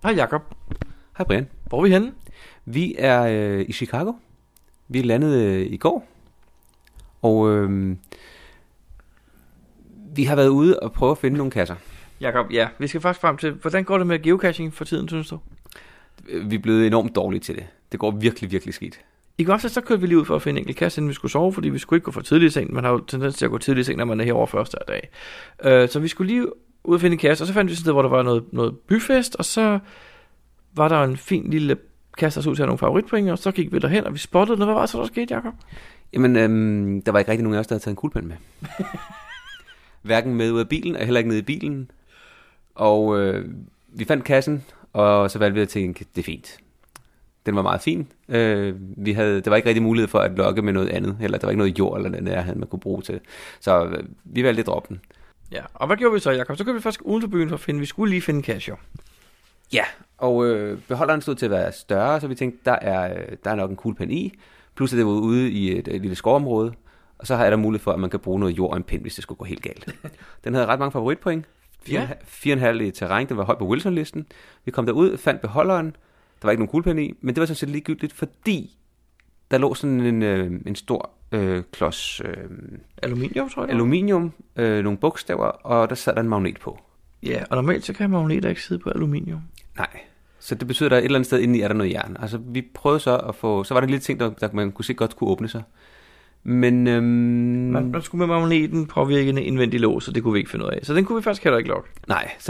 Hej Jakob. Hej Brian. Hvor er vi henne? Vi er i Chicago. Vi er landet i går. Og vi har været ude og prøve at finde nogle kasser. Jakob, ja, vi skal faktisk frem til, hvordan går det med geocaching for tiden, synes du? Vi er blevet enormt dårlige til det. Det går virkelig, virkelig skidt. I går så kørte vi lige ud for at finde en enkelt kasse, inden vi skulle sove, fordi vi skulle ikke gå for tidligt i seng. Man har jo tendens til at gå tidligt i seng, når man er herovre første dag. Så vi skulle lige ud og finde en kasse, og så fandt vi et sted, hvor der var noget byfest, og så var der en fin lille kasse, der så ud til at have nogle favoritpoint, og så gik vi derhen, og vi spottede noget. Hvad var det så, der skete, Jakob? Jamen, der var ikke rigtig nogen af os, der havde taget en kuglepen med. Hverken med ud af bilen, og heller ikke nede i bilen. Og vi fandt kassen, og så valgte vi at tænke, det er fint. Den var meget fin. Der var ikke rigtig mulighed for at logge med noget andet, eller der var ikke noget jord eller den der, man kunne bruge til. Så vi valgte at droppe den. Ja, og hvad gjorde vi så, Jakob? Så kørte vi faktisk uden for byen for at finde, vi skulle lige finde en kasse, jo. Ja, og beholderen stod til at være større, så vi tænkte, der er nok en kuglepen i. Plus at det var ude i et lille skovområde, og så har der mulighed for, at man kan bruge noget jord og en pind, hvis det skulle gå helt galt. Den havde ret mange favoritpoint. 4,5 i terræn, den var højt på Wilson-listen. Vi kom derud, fandt beholderen. Der var ikke nogen kuglepen i, men det var sådan set ligegyldigt, fordi der lå sådan en stor klods Aluminium, tror jeg. Aluminium, nogle bogstaver, og der sad der en magnet på. Ja, og normalt så kan magneter ikke sidde på aluminium. Nej, så det betyder, at der et eller andet sted indeni er der noget jern. Altså vi prøvede så at få, så var der en lille ting, der man kunne se godt kunne åbne sig. Men man skulle med magneten påvirke en indvendig lås, så det kunne vi ikke finde ud af. Så den kunne vi faktisk heller ikke logge. Nej, så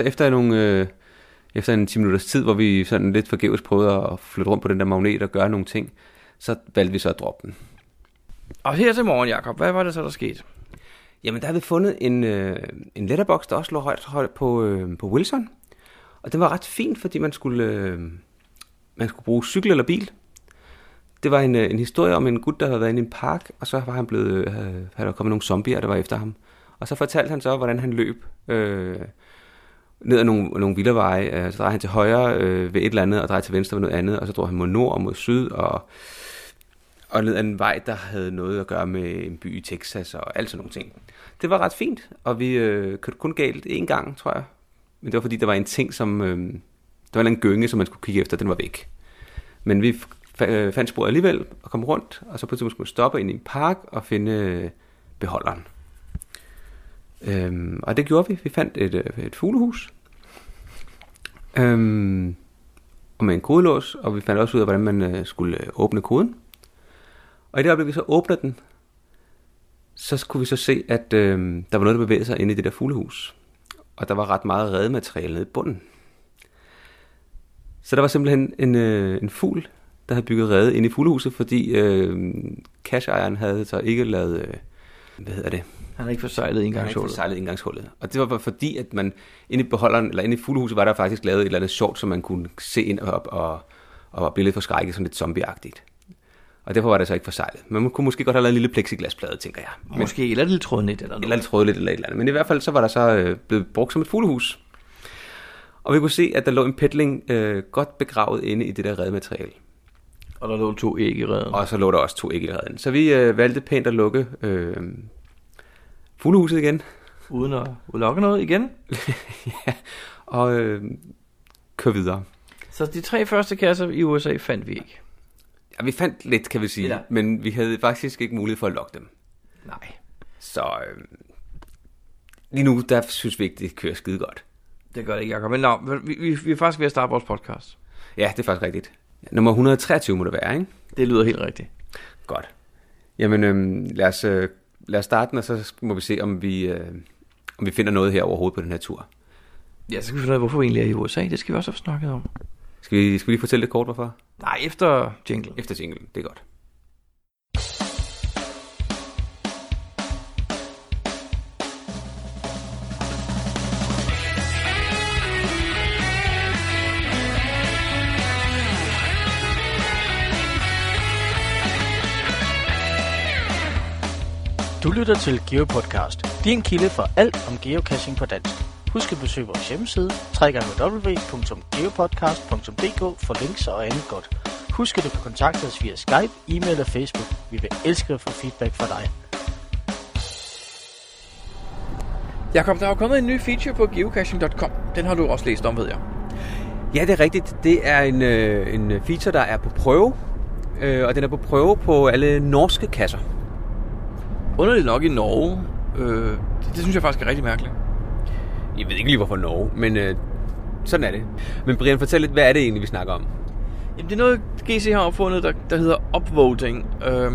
efter en 10 minutters tid, hvor vi sådan lidt forgæves prøvede at flytte rundt på den der magnet og gøre nogle ting, så valgte vi så at droppe den. Og her til morgen, Jakob, hvad var det så, der skete? Jamen, der havde vi fundet en letterbox, der også lå højt på Wilson. Og det var ret fint, fordi man skulle bruge cykel eller bil. Det var en historie om en gut, der havde været inde i en park, og så var han havde der kommet nogle zombier, der var efter ham. Og så fortalte han så, hvordan han løb ned ad nogle villaveje. Så drejede han til højre ved et eller andet, og drejede til venstre ved noget andet, og så drog han mod nord og mod syd, og ned ad en vej, der havde noget at gøre med en by i Texas og alt sådan nogle ting. Det var ret fint, og vi kørte kun galt én gang, tror jeg. Men det var fordi, der var en ting, der var en gynge, som man skulle kigge efter, den var væk. Men vi fandt sporet alligevel og kom rundt, og så pludselig skulle vi stoppe ind i en park og finde beholderen. Og det gjorde vi. Vi fandt et fuglehus. Og med en kodelås, og vi fandt også ud af, hvordan man skulle åbne koden. Og i det øjeblik, vi så åbner den, så kunne vi så se, at der var noget, der bevægede sig inde i det der fuglehus. Og der var ret meget redemateriale nede i bunden. Så der var simpelthen en fugl, der havde bygget rede inde i fuglehuset, fordi cacheejeren havde så ikke lavet, Han havde ikke forsejlet indgangshullet. Og det var fordi, at man inde i beholderen, eller inde i fuglehuset, var der faktisk lavet et eller andet sjovt, så man kunne se ind og blive lidt forskrækket, sådan lidt zombieagtigt. Og derfor var det så ikke forsejlet. Man kunne måske godt have lavet en lille plexiglasplade, tænker jeg. Måske eller et lille trådnet eller noget. Eller et trådnet eller et eller andet. Men i hvert fald så var der så blevet brugt som et fuglehus. Og vi kunne se, at der lå en petling godt begravet inde i det der redemateriale. Og der lå 2 æg i redden. Og så lå der også 2 æg i redden. Så vi valgte pænt at lukke fuglehuset igen. Uden at lukke noget igen? Ja, og køre videre. Så de 3 første kasser i USA fandt vi ikke? Ja, vi fandt lidt, kan vi sige. Ja. Men vi havde faktisk ikke mulighed for at lukke dem. Nej. Så lige nu, der synes vi ikke, det kører skide godt. Det gør det ikke, Jacob. Men vi er faktisk ved at starte vores podcast. Ja, det er faktisk rigtigt. Nummer 123 må det være, ikke? Det lyder helt rigtigt. Godt. Jamen, lad os starte den, og så må vi se, om vi finder noget her overhovedet på den her tur. Ja, så skal vi finde ud af, hvorfor vi egentlig er i USA. Det skal vi også have snakket om. Skal vi lige fortælle lidt kort, hvorfor? Nej, efter jingle. Efter jingle, det er godt. Du lytter til GeoPodcast, din kilde for alt om geocaching på dansk. Husk at besøge vores hjemmeside, www.geopodcast.dk for links og andet godt. Husk at du kan kontakte os via Skype, e-mail og Facebook. Vi vil elske at få feedback fra dig. Jakob, der er jo kommet en ny feature på geocaching.com. Den har du også læst om, ved jeg. Ja, det er rigtigt. Det er en feature, der er på prøve, og den er på prøve på alle norske kasser. Underligt nok i Norge. Det synes jeg faktisk er rigtig mærkeligt. Jeg ved ikke lige, hvorfor Norge, men sådan er det. Men Brian, fortæl lidt, hvad er det egentlig, vi snakker om? Jamen, det er noget, GC har opfundet, der hedder upvoting.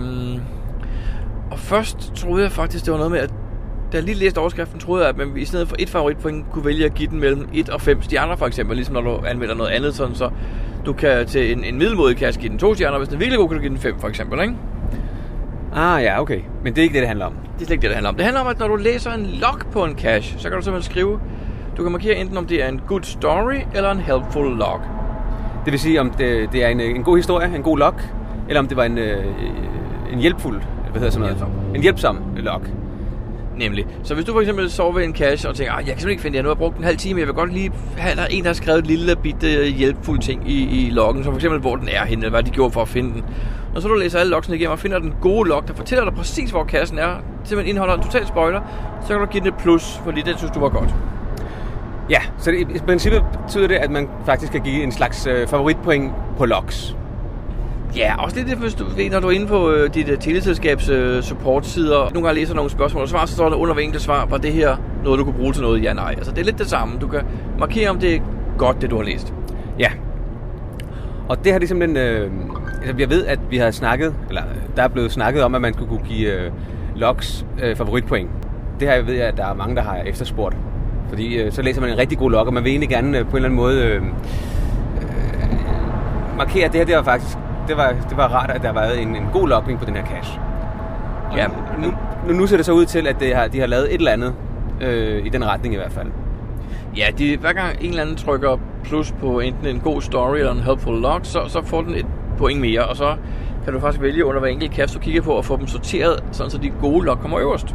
Og først troede jeg faktisk, det var noget med, at da jeg lige læste overskriften, troede jeg, at man i stedet for et favoritpoint kunne vælge at give den mellem 1 og 5 stjerner, for eksempel. Ligesom når du anmelder noget andet, sådan så du kan til en middelmådig kasse give den 2 stjerner, hvis den er virkelig god, kan du give den 5, for eksempel, ikke? Ah ja, okay. Men det er ikke det handler om. Det er slet ikke det handler om. Det handler om, at når du læser en log på en cache, så kan du simpelthen skrive, du kan markere enten om det er en good story eller en helpful log. Det vil sige, om det er en god historie, en god log, eller om det var en hjælpfuld, hvad hedder sådan noget? En hjælpsom log. Nemlig. Så hvis du for eksempel sover ved en cache og tænker, jeg kan simpelthen ikke finde det, nu har jeg brugt en halv time, jeg vil godt lige have, der er en, der har skrevet et lille bitte hjælpfuld ting i loggen, som for eksempel, hvor den er henne, eller hvad de gjorde for at finde den. Og så du læser alle logsene igennem og finder den gode log, der fortæller dig præcis, hvor kassen er, simpelthen indeholder en total spoiler, så kan du give den et plus, fordi det synes du var godt. Ja, så i princippet betyder det, at man faktisk kan give en slags favoritpoint på logs. Ja, også lidt det, hvis du ved, når du er inde på dit teleselskabs supportsider, nogle gange læser nogle spørgsmål og svar, så står der under hver enkelt svar, var det her noget, du kunne bruge til noget? Ja, nej. Altså, det er lidt det samme. Du kan markere, om det er godt, det du har læst. Ja. Og det har det simpelthen... jeg ved, at vi har snakket, eller der er blevet snakket om, at man skulle kunne give logs favoritpoint. Det her ved jeg, at der er mange, der har efterspurgt. Fordi så læser man en rigtig god log, og man vil egentlig gerne på en eller anden måde markere, at det her, det var faktisk... Det var rart, at der var en god logning på den her cache. Ja, nu ser det så ud til, at de har lavet et eller andet i den retning i hvert fald. Ja, hver gang en eller anden trykker plus på enten en god story eller en helpful log, så får den et point mere, og så kan du faktisk vælge under hver enkelt cache, du kigger på, at få dem sorteret, sådan så de gode log kommer øverst.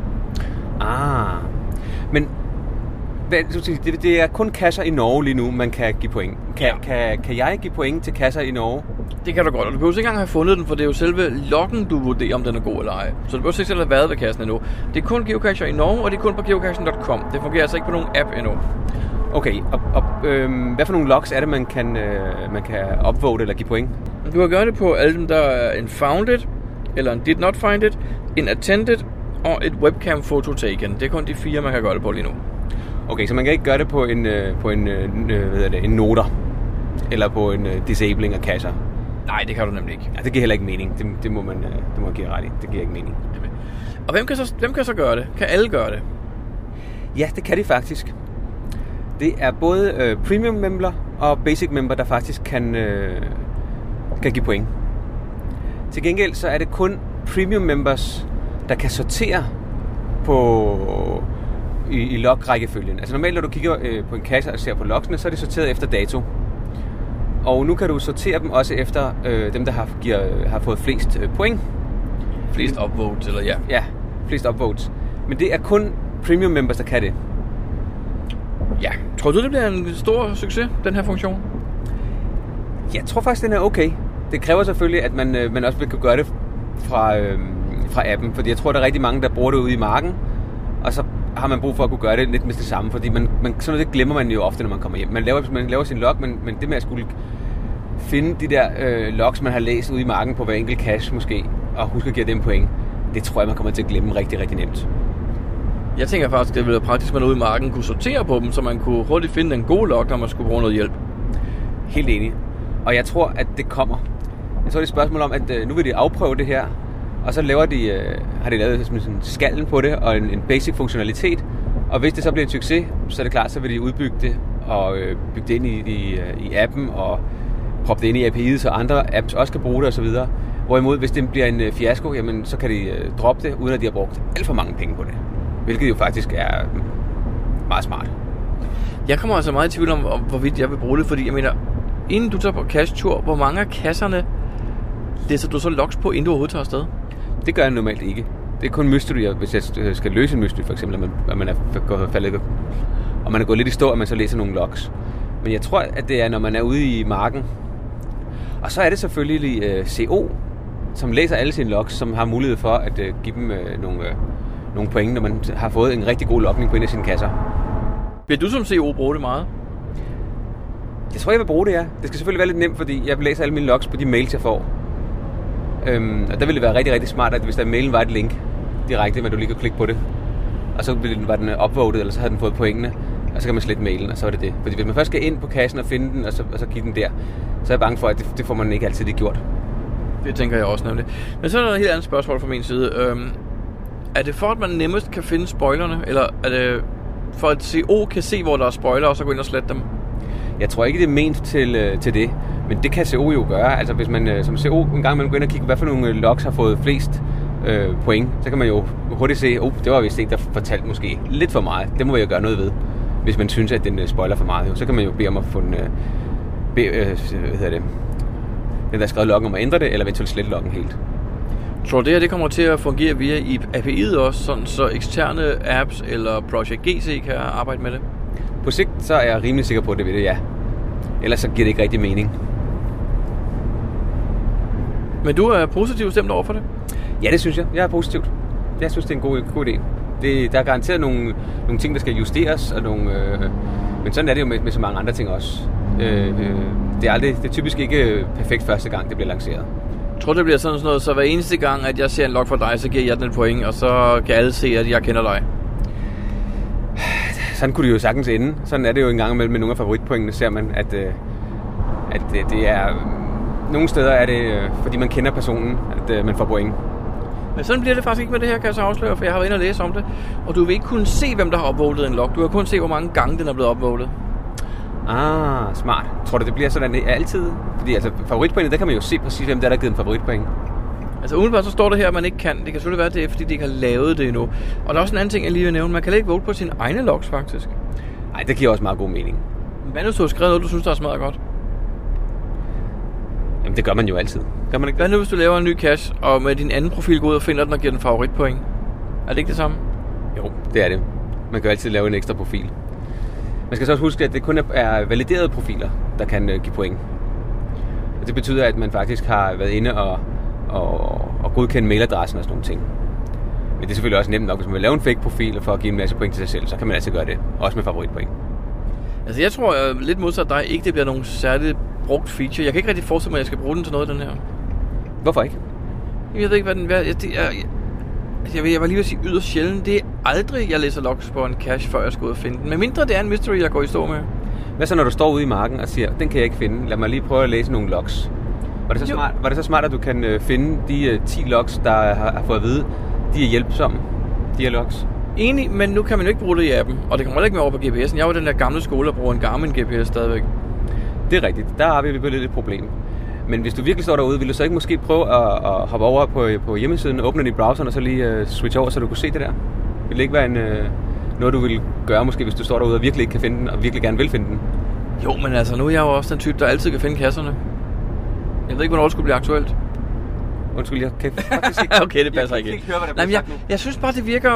Men det er kun kasser i Norge lige nu, man kan give point. Kan jeg give point til kasser i Norge? Det kan du godt, og du behøver ikke engang have fundet den, for det er jo selve loggen, du vurderer, om den er god eller ej. Så du behøver ikke selv have været ved kassen endnu. Det er kun geocacher i Norge, og det er kun på geocaching.com. Det fungerer altså ikke på nogen app endnu. Okay, og hvad for nogle logs er det, man kan upvote eller give point? Du kan gøre det på alle dem, der er en founded, eller en did not find it, en attended og et webcam photo taken. Det er kun de 4, man kan gøre det på lige nu. Okay, så man kan ikke gøre det på en noter, eller på en disabling af kasser? Nej, det kan du nemlig ikke. Ja, det giver heller ikke mening. Det må man give ret i. Det giver ikke mening. Og hvem kan så gøre det? Kan alle gøre det? Ja, det kan de faktisk. Det er både premium member og basic member, der faktisk kan give point. Til gengæld så er det kun premium members, der kan sortere i log-rækkefølgen. Altså normalt, når du kigger på en cache og ser på logsene, så er det sorteret efter dato. Og nu kan du sortere dem også efter dem, der har fået flest point. Flest upvotes, eller ja. Ja, flest upvotes. Men det er kun premium members, der kan det. Ja. Tror du, det bliver en stor succes, den her funktion? Jeg tror faktisk, den er okay. Det kræver selvfølgelig, at man også vil kunne gøre det fra appen. Fordi jeg tror, der er rigtig mange, der bruger det ude i marken. Og så har man brug for at kunne gøre det lidt med det samme. Fordi sådan noget, det glemmer man jo ofte, når man kommer hjem. Man laver sin log, men det med at skulle finde de der logs, man har læst ude i marken på hver enkelt cache måske, og huske at give dem point, det tror jeg, man kommer til at glemme rigtig, rigtig nemt. Jeg tænker faktisk, at det ville være praktisk, at man ude i marken kunne sortere på dem, så man kunne hurtigt finde en god log, når man skulle bruge noget hjælp. Helt enig. Og jeg tror, at det kommer. Jeg tror, det er et spørgsmål om, at nu vil de afprøve det her, og så har de lavet sådan skallen på det, og en basic funktionalitet. Og hvis det så bliver en succes, så er det klart, så vil de udbygge det, og bygge det ind i appen, og proppe det ind i API'et, så andre apps også kan bruge det osv. Hvorimod, hvis det bliver en fiasko, jamen, så kan de droppe det, uden at de har brugt alt for mange penge på det. Hvilket jo faktisk er meget smart. Jeg kommer altså meget i tvivl om, hvorvidt jeg vil bruge det, fordi jeg mener, inden du tager på cache-tur, hvor mange af kasserne læser du så logs på, inden du overhovedet tager afsted? Det gør jeg normalt ikke. Det er kun mysterier, hvis jeg skal løse en mystery, for eksempel, at man er faldet, og man er gået lidt i stå, at man så læser nogle logs. Men jeg tror, at det er, når man er ude i marken. Og så er det selvfølgelig CO, som læser alle sine logs, som har mulighed for at give dem nogle point, når man har fået en rigtig god logning på en af sine kasser. Vil du som CO bruge det meget? Jeg tror, jeg vil bruge det, ja. Det skal selvfølgelig være lidt nemt, fordi jeg læser alle mine logs på de mails, jeg får. Og der ville det være rigtig, rigtig smart, at hvis der mailen var et link direkte, hvor du lige kan klikke på det, og så var den upvoted, eller så havde den fået pointene, og så kan man slette mailen, og så var det det. Fordi hvis man først skal ind på kassen og finde den, og så give den der, så er jeg bange for, at det får man ikke altid lige gjort. Det tænker jeg også nemlig. Men så er der et helt andet spørgsmål fra min side. Er det for, at man nemmest kan finde spoilerne, eller er det for at CO kan se, hvor der er spoiler, og så gå ind og slette dem? Jeg tror ikke, det er ment til det, men det kan CO jo gøre. Altså hvis man som CO en gang man går ind og kigger, hvad for nogle logs har fået flest point, så kan man jo hurtigt se, det var vist en, der fortalte måske lidt for meget. Det må jeg jo gøre noget ved, hvis man synes, at den spoiler for meget. Så kan man jo bede om at få den, den der skrevet loggen om at ændre det, eller eventuelt slette loggen helt. Tror du det kommer til at fungere via API'et også, sådan så eksterne apps eller Project GC kan arbejde med det? På sigt så er jeg rimelig sikker på, at det vil det, ja. Ellers så giver det ikke rigtig mening. Men du er positivt stemt over for det? Ja, det synes jeg. Jeg er positivt. Jeg synes, det er en god idé. Der er garanteret nogle ting, der skal justeres, og men sådan er det jo med så mange andre ting også. Det er typisk ikke perfekt første gang, det bliver lanceret. Jeg tror, det bliver sådan noget, så hver eneste gang, at jeg ser en log for dig, så giver jeg den et point, og så kan alle se, at jeg kender dig. Sådan kunne det jo sagtens ende. Sådan er det jo en gang imellem med nogle af favoritpointene, ser man, at det er... Nogle steder er det, fordi man kender personen, at man får point. Men sådan bliver det faktisk ikke med det her, kan jeg så afsløre, for jeg har været inde og læse om det. Og du vil ikke kunne se, hvem der har upvotet en log. Du har kun se, hvor mange gange den er blevet upvotet. Smart. Tror du, det bliver sådan altid? Fordi altså, favoritpointet, der kan man jo se præcis, hvem der har givet en favoritpoint. Altså umiddelbart så står det her, at man ikke kan. Det kan selvfølgelig være, det er, fordi de ikke har lavet det endnu. Og der er også en anden ting, jeg lige vil nævne. Man kan ikke vote på sine egne logs, faktisk. Nej, det giver også meget god mening. Hvad hvis du har skrevet noget, du synes, der er smadret godt? Jamen, det gør man jo altid. Gør man ikke det? Hvad nu, hvis du laver en ny cache, og med din anden profil går ud og finder den og giver den favoritpoint? Er det ikke det samme? Jo, det er det. Man kan jo altid lave en ekstra profil. Man skal så også huske, at det kun er validerede profiler, der kan give point. Og det betyder, at man faktisk har været inde og godkende mailadressen og sådan nogle ting. Men det er selvfølgelig også nemt nok, hvis man vil lave en fake profil for at give en masse point til sig selv, så kan man altid gøre det. Også med favoritpoint. Altså jeg tror lidt modsat dig ikke, det bliver nogen særligt brugt feature. Jeg kan ikke rigtig forestille mig, at jeg skal bruge den til noget, den her. Hvorfor ikke? Jeg ved ikke, hvad den er. Jeg var lige ved at sige yderst sjældent. Det er aldrig, jeg læser logs på en cache, før jeg skal ud og finde den. Men mindre det er en mystery, jeg går i stå med. Hvad så, når du står ude i marken og siger, den kan jeg ikke finde. Lad mig lige prøve at læse nogle logs. Var det så smart, at du kan finde de 10 logs, der har fået at vide, de er hjælpsomme, de her logs? Enig, men nu kan man jo ikke bruge det i appen. Og det kommer heller ikke med over på GPS'en. Jeg var den der gamle skole, der bruger en Garmin GPS stadigvæk. Det er rigtigt. Der har vi lidt et problem. Men hvis du virkelig står derude, vil du så ikke måske prøve at hoppe over på hjemmesiden, åbne den i browseren og så lige switch over, så du kunne se det der? Vil det ikke være noget, du vil gøre måske, hvis du står derude og virkelig ikke kan finde den, og virkelig gerne vil finde den? Jo, men altså, nu er jeg jo også den type, der altid kan finde kasserne. Jeg ved ikke, hvornår det skulle blive aktuelt. Undskyld, jeg kan faktisk ikke... Okay, det passer ikke. Jeg kan ikke høre, hvad der bliver sagt nu. Jeg synes bare, det virker...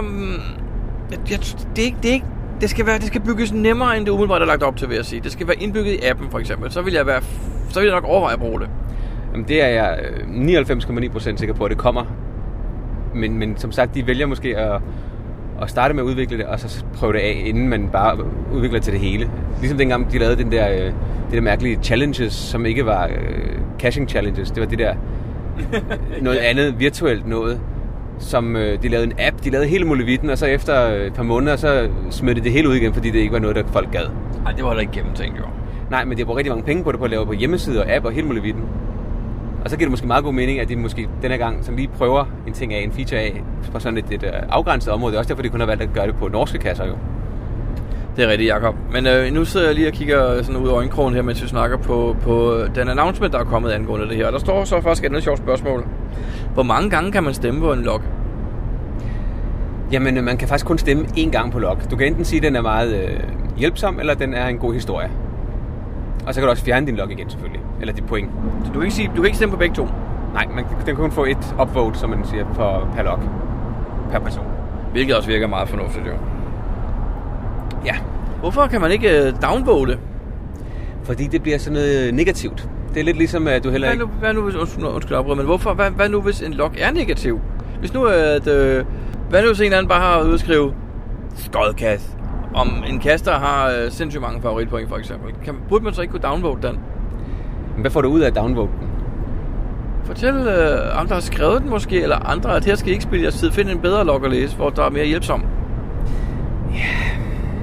Det skal bygges nemmere, end det umiddelbart er lagt op til, vil jeg sige. Det skal være indbygget i appen, for eksempel. Så vil jeg nok overveje at bruge det. Jamen, det er jeg 99,9% sikker på, at det kommer. Men som sagt, de vælger måske at starte med at udvikle det, og så prøve det af, inden man bare udvikler til det hele. Ligesom dengang, de lavede det der mærkelige challenges, som ikke var caching challenges. Det var det der noget andet virtuelt noget, som de lavede en app. De lavede hele muligheden, og så efter et par måneder, så smed det hele ud igen, fordi det ikke var noget, der folk gad. Nej, det var da ikke gennemtænkt, jo. Nej, men de har brugt rigtig mange penge på det, på at lave på hjemmeside og app og hele muligheden. Og så giver det måske meget god mening, at de måske denne gang som lige prøver en ting af, en feature af, på sådan et afgrænset område. Det er også derfor, de kun har valgt at gøre det på norske kasser, jo. Det er rigtigt, Jacob. Men nu sidder jeg lige og kigger sådan ud af øjenkrogen her, mens vi snakker på den announcement, der er kommet angående det her. Og der står så faktisk et andet sjovt spørgsmål. Hvor mange gange kan man stemme på en log? Jamen, man kan faktisk kun stemme én gang på log. Du kan enten sige, at den er meget hjælpsom, eller den er en god historie. Og så kan du også fjerne din log igen, selvfølgelig. Eller dit point. Så du kan ikke stemme på begge to? Nej, den kan kun få et upvote, som man siger, per log. Per person. Hvilket også virker meget fornuftigt, jo. Ja. Hvorfor kan man ikke downvote? Fordi det bliver sådan noget negativt. Det er lidt ligesom, at du heller ikke... Hvad nu hvis... Undskyld afbryde, men hvorfor? Hvad nu hvis en log er negativ? Hvis nu hvad nu hvis en eller anden bare har ude at skrive skodkasse, om en kaster har sindssygt mange favoritpoint, for eksempel. Burde man så ikke kunne downvote den? Men hvad får du ud af at downvote den? Fortæl om der har skrevet den måske, eller andre, at her skal I ikke spille jeres tid. Find en bedre log at læse, hvor der er mere hjælpsom. Yeah.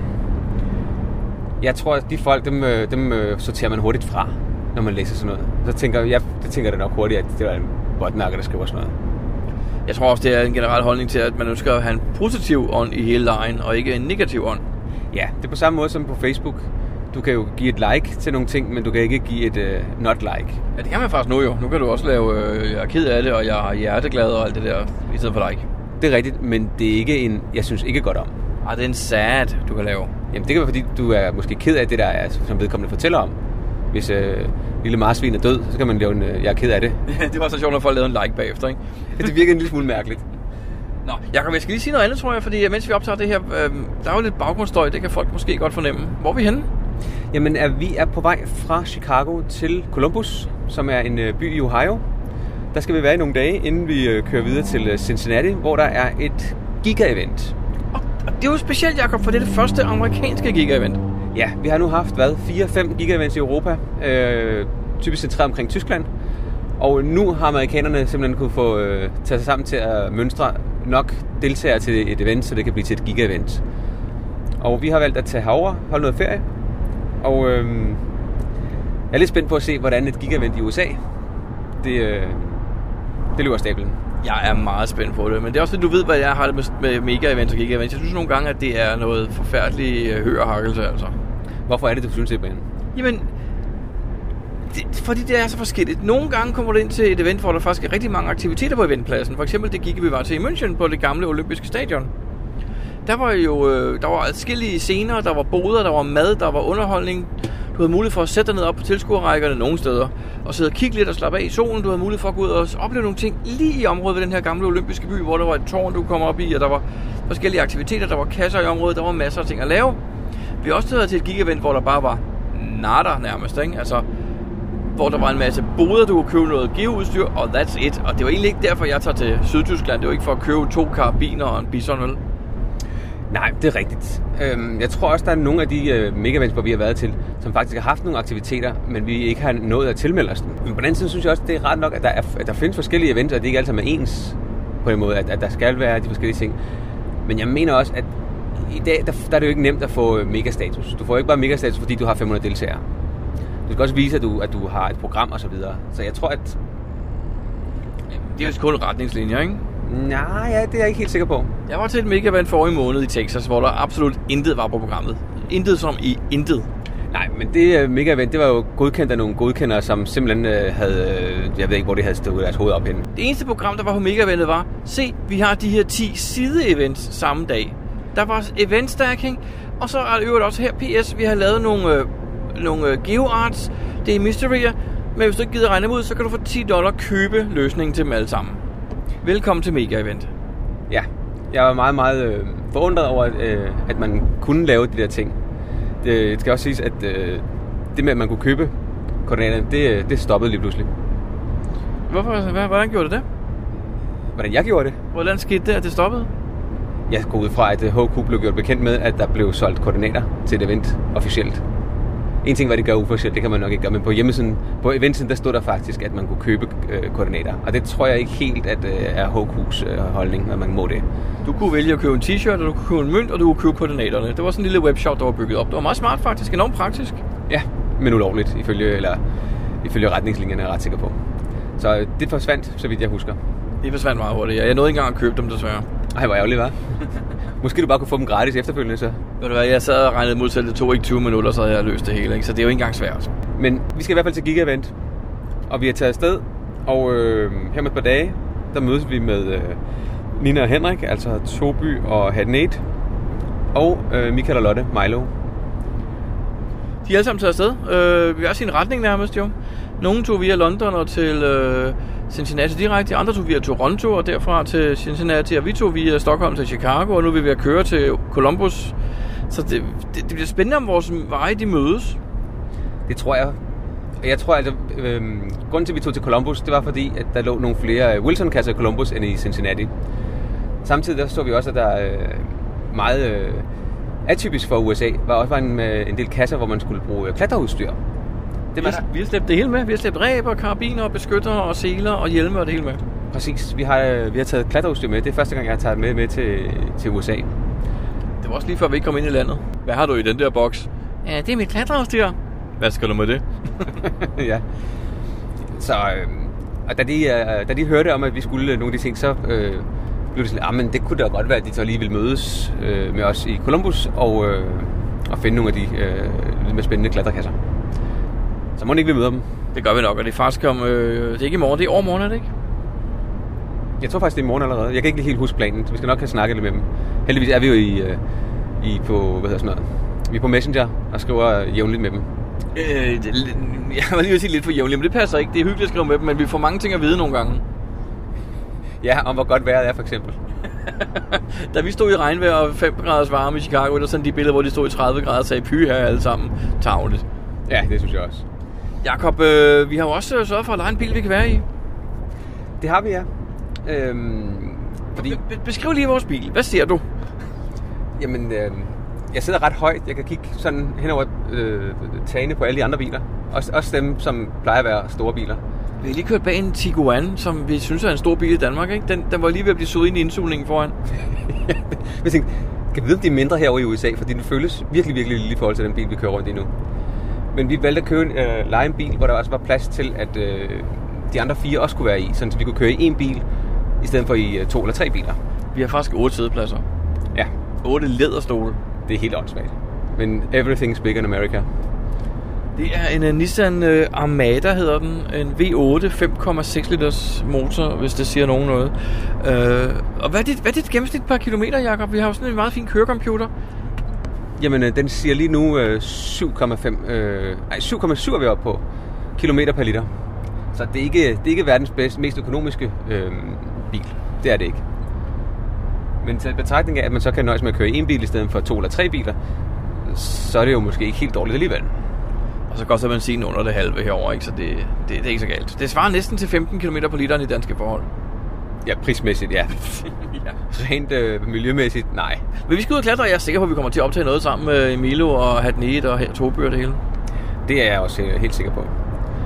Jeg tror, at de folk, dem sorterer man hurtigt fra, når man læser sådan noget. Så tænker jeg det nok hurtigt, at det var en botmærker, der skriver sådan noget. Jeg tror også, det er en generel holdning til, at man ønsker at have en positiv ånd i hele lejen, og ikke en negativ ånd. Ja, det er på samme måde som på Facebook. Du kan jo give et like til nogle ting, men du kan ikke give et not like. Ja, det kan man faktisk nu jo. Nu kan du også lave, jeg er ked af det, og jeg er hjerteglad og alt det der, i stedet for like. Det er rigtigt, men det er ikke jeg synes ikke godt om. Det er en sad, du kan lave. Jamen det kan være, fordi du er måske ked af det, der er, som vedkommende fortæller om. Hvis lille marsvin er død, så kan man lave jeg er ked af det. Det var så sjovt, at folk lavede en like bagefter, ikke? Det virker en lille smule mærkeligt. Nå, Jacob, jeg skal lige sige noget andet, tror jeg, fordi mens vi optager det her, der er jo lidt baggrundsstøj, det kan folk måske godt fornemme. Hvor er vi henne? Jamen, vi er på vej fra Chicago til Columbus, som er en by i Ohio. Der skal vi være i nogle dage, inden vi kører videre til Cincinnati, hvor der er et giga-event. Og det er jo specielt, Jacob, for det er det første amerikanske giga-event. Ja, vi har nu haft, 4-5 giga-events i Europa, typisk centreret omkring Tyskland. Og nu har amerikanerne simpelthen kunne få taget sig sammen til at mønstre nok deltagere til et event, så det kan blive til et giga-event. Og vi har valgt at tage herover, holde noget ferie. Og jeg er lidt spændt på at se, hvordan et giga-event i USA, det løber stablen. Jeg er meget spændt på det, men det er også, at du ved, hvad jeg har det med mega-events og giga-events. Jeg synes nogle gange, at det er noget forfærdeligt hørehakkelse, altså. Hvorfor er det, du synes det, Brian? Jamen, fordi det er så forskelligt. Nogle gange kommer du ind til et event, hvor der faktisk er rigtig mange aktiviteter på eventpladsen. For eksempel det gik vi var til i München på det gamle olympiske stadion. Der var adskillige scener, der var boder, der var mad, der var underholdning. Du havde mulighed for at sætte dig ned op på tilskuerrækkerne nogle steder og sidde og kigge lidt og slappe af i solen. Du havde mulighed for at gå ud og opleve nogle ting lige i området ved den her gamle olympiske by, hvor der var et tårn, du kommer op i, og der var forskellige aktiviteter, der var kasser i området, der var masser af ting at lave. Vi har også været til et gig-event, hvor der bare var nada nærmest, ikke? Altså, hvor der var en masse boder, du kunne købe noget geoudstyr, og that's it. Og det var egentlig ikke derfor, jeg tager til Sydtyskland. Det var ikke for at købe 2 karabiner og en bisonøl. Nej, det er rigtigt. Jeg tror også, der er nogle af de mega-events, hvor vi har været til, som faktisk har haft nogle aktiviteter, men vi ikke har nået at tilmelde os dem. Men på den anden side synes jeg også, det er ret nok, at der findes forskellige events, og det ikke altid er ens på en måde, at der skal være de forskellige ting. Men jeg mener også, at i dag, der er det jo ikke nemt at få megastatus. Du får ikke bare megastatus, fordi du har 500 deltagere. Du skal også vise, at du har et program og så videre. Så jeg tror, at... Det er jo kun retningslinjer, ikke? Nej, ja, det er jeg ikke helt sikker på. Jeg var til et mega-event forrige måned i Texas, hvor der absolut intet var på programmet. Intet som i intet. Nej, men det mega-event, det var jo godkendt af nogle godkendere, som simpelthen havde... Jeg ved ikke, hvor de havde stået deres hoved op henne. Det eneste program, der var på mega-eventet var, se, vi har de her 10 side-events samme dag. Der var event stacking, og så er det øvrigt også her PS, vi har lavet nogle geoarts, det er mysterier, men hvis du ikke gider regne ud, så kan du for $10 købe løsningen til dem alle sammen. Velkommen til mega-event. Ja, jeg var meget, meget forundret over, at man kunne lave de der ting. Det skal også siges, at det med, at man kunne købe koordinaterne, det stoppede lige pludselig. Hvordan gjorde det? Hvordan jeg gjorde det? Hvordan skete det, at det stoppede? Jeg går ud fra, at HQ blev gjort bekendt med, at der blev solgt koordinater til et event officielt. En ting var, det gør uofficielt, det kan man nok ikke gøre, men på hjemmesiden, på eventsiden, der stod der faktisk, at man kunne købe koordinater. Og det tror jeg ikke helt, at er HQ's holdning, at man må det. Du kunne vælge at købe en t-shirt, og du kunne købe en mønt, og du kunne købe koordinaterne. Det var sådan en lille webshop, der var bygget op. Det var meget smart faktisk, enormt praktisk. Ja, men ulovligt, ifølge retningslinjerne, er jeg ret sikker på. Så det forsvandt, så vidt jeg husker. Det forsvandt meget hurtigt, ja. Jeg nåede ikke engang at købe dem, desværre. Ej, hvor ærgerligt, hva'? Måske du bare kunne få dem gratis efterfølgende, så. Ved du hvad, jeg sad og regnede mod til, det tog ikke 20 minutter, så havde jeg løst det hele, ikke? Så det er jo ikke engang svært. Men vi skal i hvert fald til Giga-event, og vi er taget afsted, og her med et par dage, der mødes vi med Nina og Henrik, altså Toby og Hadnate, og Michael og Lotte, Milo. De er alle sammen taget afsted. Vi har sin retning nærmest, jo. Nogle tog via London og til Cincinnati direkte, andre tog via Toronto og derfra til Cincinnati, og vi tog via Stockholm til Chicago, og nu er vi ved at køre til Columbus. Så det bliver spændende, om vores veje de mødes. Det tror jeg. Jeg tror, at grunden til, at vi tog til Columbus, det var fordi, at der lå nogle flere Wilson-kasser i Columbus end i Cincinnati. Samtidig der så vi også, at der er meget atypisk for USA, var også en del kasser, hvor man skulle bruge klatreudstyr. Vi har slæbt det hele med. Vi har slæbt ræber, karabiner, beskytter og seler og hjelme og det hele med. Præcis. Vi har taget klatreudstyr med. Det er første gang, jeg har taget med til USA. Det var også lige før vi ikke kom ind i landet. Hvad har du i den der boks? Ja, det er mit klatreudstyr. Hvad skal du med det? Ja. Så og da de hørte om, at vi skulle nogle af de ting, så blev det sådan, men det kunne da godt være, at de så lige ville mødes med os i Columbus og finde nogle af de lidt mere spændende klatrekasser. Så må ikke vi møder dem. Det gør vi nok, og det er faktisk om... det er ikke i morgen, det er overmorgen, er det ikke? Jeg tror faktisk, det er i morgen allerede. Jeg kan ikke lige helt huske planen, så vi skal nok have snakket lidt med dem. Heldigvis er vi jo på, vi er på Messenger og skriver jævnligt med dem. Jeg var lige at sige lidt for jævnligt, men det passer ikke. Det er hyggeligt at skrive med dem, men vi får mange ting at vide nogle gange. Ja, om hvor godt vejret er, for eksempel. Da vi stod i regnvejr og 5 graders varme i Chicago, der sådan de billeder, hvor de stod i 30 grader og sagde py her alle sammen. Tarveligt. Ja, det synes jeg også. Jakob, vi har jo også sørget for at lege en bil, vi kan være i. Det har vi, ja. Beskriv lige vores bil. Hvad ser du? Jamen, jeg sidder ret højt. Jeg kan kigge sådan hen over tagene på alle de andre biler. Også dem, som plejer at være store biler. Vi har lige kørt bag en Tiguan, som vi synes er en stor bil i Danmark, ikke? Den var lige ved at blive suget ind i indsugningen foran. Jeg tænkte, kan vi vide, om de er mindre herovre i USA? Fordi den føles virkelig, virkelig lille i forhold til den bil, vi kører rundt i nu. Men vi valgte at købe lege en bil, hvor der også var plads til, at de andre 4 også kunne være i. Sådan, så vi kunne køre i 1 bil, i stedet for i 2 eller 3 biler. Vi har faktisk 8 sædepladser. Ja. 8 læderstole. Det er helt åndssvagt. Men everything's big in America. Det er en Nissan Armada, hedder den. En V8 5,6 liters motor, hvis det siger nogen noget. Og hvad er dit gennemsnit per kilometer, Jakob? Vi har jo sådan en meget fin kørecomputer. Jamen, den siger lige nu 7,7 er vi oppe på kilometer per liter. Så det er ikke verdens mest økonomiske bil. Det er det ikke. Men til betragtning af, at man så kan nøjes med at køre i 1 bil i stedet for 2 eller 3 biler, så er det jo måske ikke helt dårligt alligevel. Og så koster benzin under det halve herover, ikke? Så det er ikke så galt. Det svarer næsten til 15 km per literen i danske forhold. Ja, prismæssigt, ja. Ja. Rent miljømæssigt, nej. Men vi skal ud og klatre, og jeg er sikker på, at vi kommer til at optage noget sammen med Emilio og Hatnit og Torbø og det hele. Det er jeg også helt sikker på.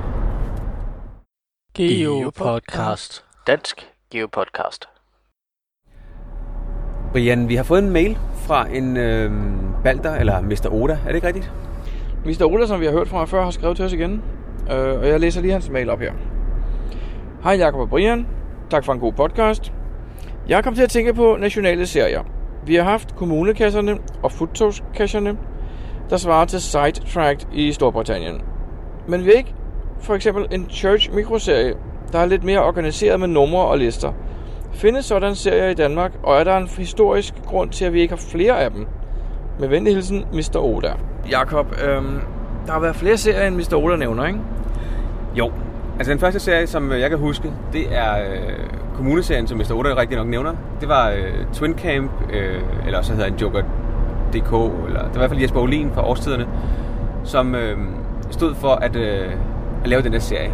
GeoPodcast. Dansk GeoPodcast. Brian, vi har fået en mail fra en Balder, eller Mr. Oda, er det ikke rigtigt? Mr. Oda, som vi har hørt fra før, har skrevet til os igen. Og jeg læser lige hans mail op her. Hej Jakob og Brian. Tak for en god podcast. Jeg kom til at tænke på nationale serier. Vi har haft kommunekasserne og futtogskasserne, der svarer til Sidetracked i Storbritannien. Men vi har ikke for eksempel en Church mikroserie, der er lidt mere organiseret med numre og lister. Findes sådan serier i Danmark, og er der en historisk grund til, at vi ikke har flere af dem? Med venlig hilsen, Mr. Oda. Jakob, der har været flere serier, end Mr. Oda nævner, ikke? Jo. Altså den første serie, som jeg kan huske, det er kommuneserien, som Mr. Oda rigtig nok nævner. Det var Twin Camp, eller så hedder en Joker.dk, eller det var i hvert fald Jesper Olin fra Årstiderne, som stod for at lave den der serie.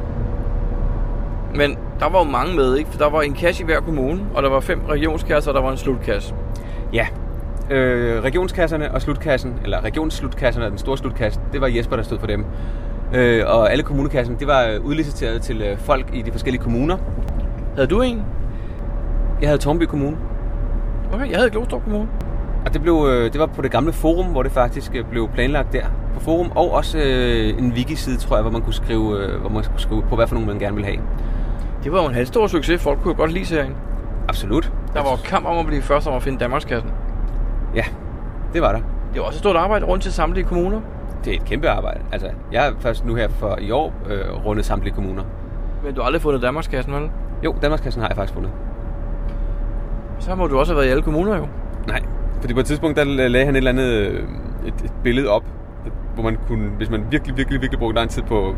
Men der var jo mange med, ikke? For der var en kasse i hver kommune, og der var 5 regionskasser, og der var en slutkasse. Ja. Regionskasserne og slutkassen, eller regionsslutkasserne og den store slutkasse, det var Jesper, der stod for dem. Og alle kommunekassen, det var udliciteret til folk i de forskellige kommuner. Havde du en? Jeg havde Tornby Kommune. Okay, jeg havde Glostrup Kommune. Og det var på det gamle forum, hvor det faktisk blev planlagt der. På forum, og også en wiki-side, tror jeg, hvor man kunne skrive på, hvad for nogen man gerne ville have. Det var jo en halvstor succes. Folk kunne godt lide serien. Absolut. Der var kamp om at blive først om at finde Danmarkskassen. Ja, det var der. Det var også et stort arbejde rundt til samtlige kommuner. Det er et kæmpe arbejde. Altså, jeg er først nu her for i år rundet samtlige kommuner. Men du har aldrig fundet Danmarkskassen, vel? Jo, Danmarkskassen har jeg faktisk fundet. Så må du også have været i alle kommuner, jo. Nej, fordi på et tidspunkt, der lagde han et eller andet et billede op, hvor man kunne, hvis man virkelig brugte lang tid på,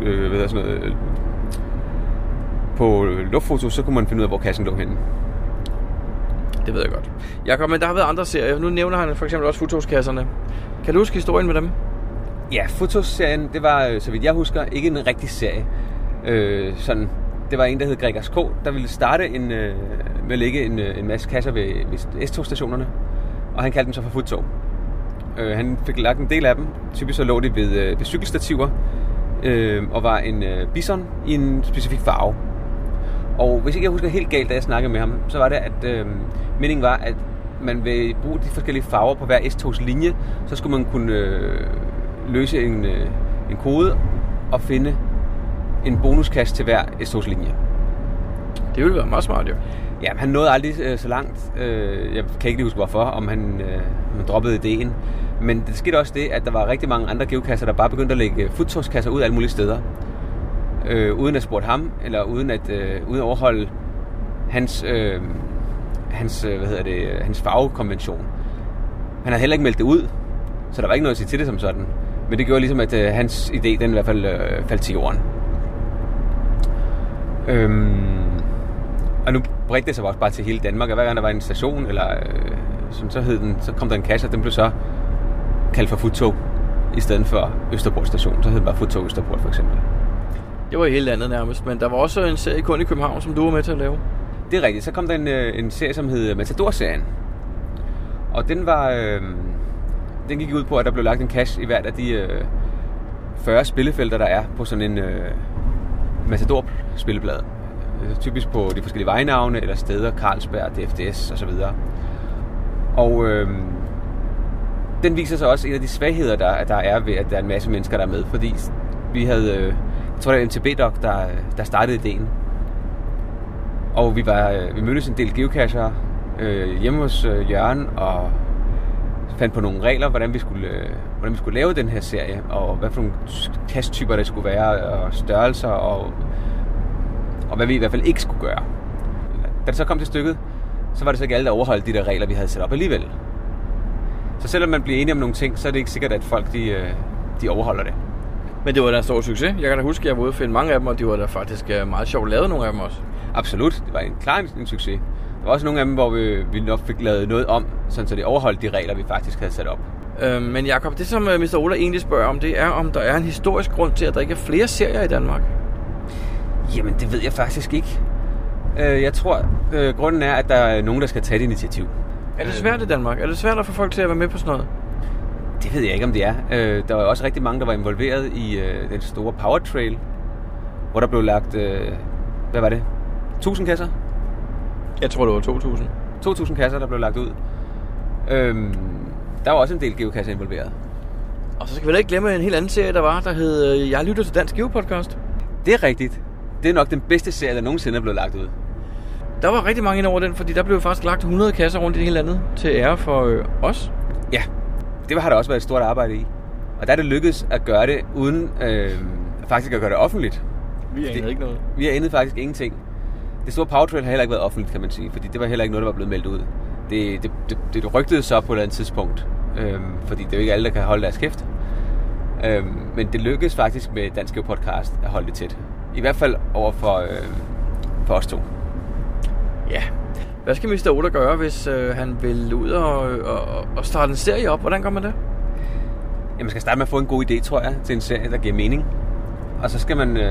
på luftfoto, så kunne man finde ud af, hvor kassen lå henne. Det ved jeg godt. Jakob, men der har været andre serier. Nu nævner han for eksempel også futtogskasserne. Kan du huske historien med dem? Ja, Futos-serien, det var, så vidt jeg husker, ikke en rigtig serie. Det var en, der hed Gregers K., der ville starte med at lægge en masse kasser ved S-togstationerne, og han kaldte dem så for futtog. Han fik lagt en del af dem. Typisk så lå de ved cykelstativer, og var en bison i en specifik farve. Og hvis ikke jeg husker helt galt, da jeg snakkede med ham, så var det, at meningen var, at man vil bruge de forskellige farver på hver S-togs linje, så skulle man kunne løse en kode og finde en bonuskasse til hver S-togs linje. Det ville være meget smart, jo. Ja, han nåede aldrig så langt. Jeg kan ikke lige huske hvorfor, om han droppede ideen. Men det skete også det, at der var rigtig mange andre geokasser, der bare begyndte at lægge futtogskasser ud alle mulige steder. Uden at spurgte ham, eller uden at overholde hans farvekonvention. Han havde heller ikke meldt det ud, så der var ikke noget at sige til det som sådan. Men det gjorde ligesom, at hans idé, den i hvert fald faldt til jorden. Og nu bredte det sig også bare til hele Danmark, og hver gang der var en station, eller som så hed den, så kom der en kasse, og den blev så kaldt for Futtog, i stedet for Østerport station. Så hed den bare Futtog Østerport, for eksempel. Det var i hele landet nærmest, men der var også en serie kun i København, som du var med til at lave. Det er rigtigt. Så kom der en serie, som hed Matador-serien. Og den gik ud på, at der blev lagt en cache i hvert af de 40 spillefelter, der er på sådan en Matador-spilleblad. Typisk på de forskellige vejnavne eller steder, Carlsberg, DFDS osv. Og den viser sig også en af de svagheder, der er ved, at der er en masse mennesker, der er med. Fordi vi havde, jeg tror det var MTB-Doc, der startede ideen. Og vi mødtes en del geocacher hjemme hos Jørgen og fandt på nogle regler, hvordan vi skulle lave den her serie, og hvad for nogle cache-typer der skulle være, og størrelser, og hvad vi i hvert fald ikke skulle gøre. Da det så kom til stykket, så var det så ikke alle, der overholdt de der regler, vi havde sat op alligevel. Så selvom man bliver enige om nogle ting, så er det ikke sikkert, at folk de overholder det. Men det var da en stor succes. Jeg kan da huske, at jeg var ude og finde mange af dem, og de var da faktisk meget sjovt lavet, nogle af dem også. Absolut. Det var en succes. Der var også nogle af dem, hvor vi nok fik lavet noget om, sådan så det overholdt de regler, vi faktisk havde sat op. Men Jakob, det som Mr. Ola egentlig spørger om, det er, om der er en historisk grund til, at der ikke er flere serier i Danmark. Jamen, det ved jeg faktisk ikke. Jeg tror, grunden er, at der er nogen, der skal tage et initiativ. Er det svært i Danmark? Er det svært at få folk til at være med på sådan noget? Det ved jeg ikke, om det er. Der var også rigtig mange, der var involveret i den store Power Trail, hvor der blev lagt, hvad var det? 1000 kasser? Jeg tror, det var 2000. 2000 kasser, der blev lagt ud. Der var også en del geokasser involveret. Og så skal vi da ikke glemme en helt anden serie, der hed Jeg lytter til Dansk Geopodcast. Det er rigtigt. Det er nok den bedste serie, der nogensinde er blevet lagt ud. Der var rigtig mange ind over den, fordi der blev faktisk lagt 100 kasser rundt i det hele landet til ære for os. Ja, det har der også været et stort arbejde i. Og der er det lykkedes at gøre det uden faktisk at gøre det offentligt. Vi anede ikke noget. Vi anede faktisk ingenting. Det store Power Trail har heller ikke været offentligt, kan man sige, fordi det var heller ikke noget, der var blevet meldt ud. Det rygtede så på et eller andet tidspunkt, fordi det er jo ikke alle, der kan holde deres kæft. Men det lykkedes faktisk med Dansk Geopodcast at holde det tæt. I hvert fald over for os to. Ja. Hvad skal Mr. Ola gøre, hvis han vil ud og starte en serie op? Hvordan gør man det? Jamen, man skal starte med at få en god idé, tror jeg, til en serie, der giver mening. Og så skal man...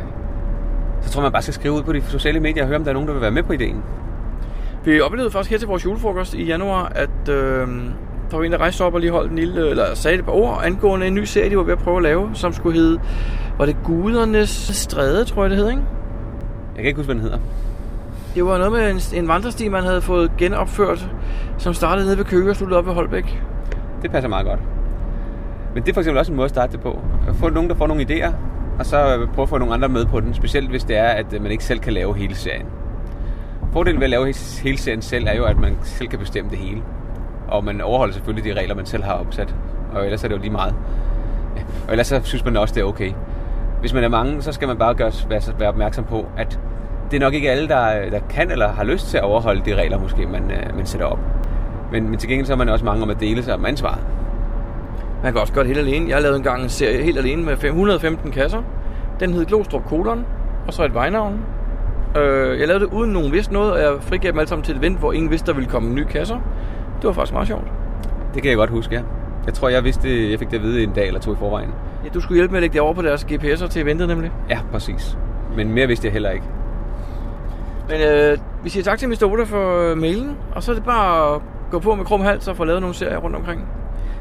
så tror man bare skal skrive ud på de sociale medier og høre, om der er nogen, der vil være med på ideen. Vi oplevede faktisk her til vores julefrokost i januar, at der var en, der rejste op og lige holdt en lille, eller sagde et par ord angående en ny serie, de var ved at prøve at lave, som skulle hedde, var det Gudernes Stræde, tror jeg det hed, ikke? Jeg kan ikke huske, hvad den hedder. Det var noget med en vandresti, man havde fået genopført, som startede nede ved Køge og sluttede op ved Holbæk. Det passer meget godt. Men det er for eksempel også en måde at starte det på. At få nogen, der får nogle idéer, og så prøve at få nogle andre med på den. Specielt hvis det er, at man ikke selv kan lave hele serien. Fordelen ved at lave hele serien selv, er jo, at man selv kan bestemme det hele. Og man overholder selvfølgelig de regler, man selv har opsat. Og ellers er det jo lige meget. Ja. Og ellers så synes man også, det er okay. Hvis man er mange, så skal man bare være opmærksom på, at det er nok ikke alle, der kan eller har lyst til at overholde de regler, måske man sætter op. Men til gengæld så er man også mange om at dele sig om ansvaret. Man kan også gøre det helt alene. Jeg lavede engang en serie helt alene med 515 kasser. Den hed Glostrup Kolon, og så et vejnavn. Jeg lavede det uden nogen vidste noget, og jeg frigav dem alle sammen til et event, hvor ingen vidste, der ville komme nye kasser. Det var faktisk meget sjovt. Det kan jeg godt huske, ja. Jeg tror, jeg fik det at vide en dag eller to i forvejen. Ja, du skulle hjælpe med at lægge det over på deres GPS'er til eventet, nemlig. Ja, præcis. Men mere vidste jeg heller ikke. Men vi siger tak til Mr. Ola for mailen, og så er det bare at gå på med krum hals og få lavet nogle serier rundt omkring.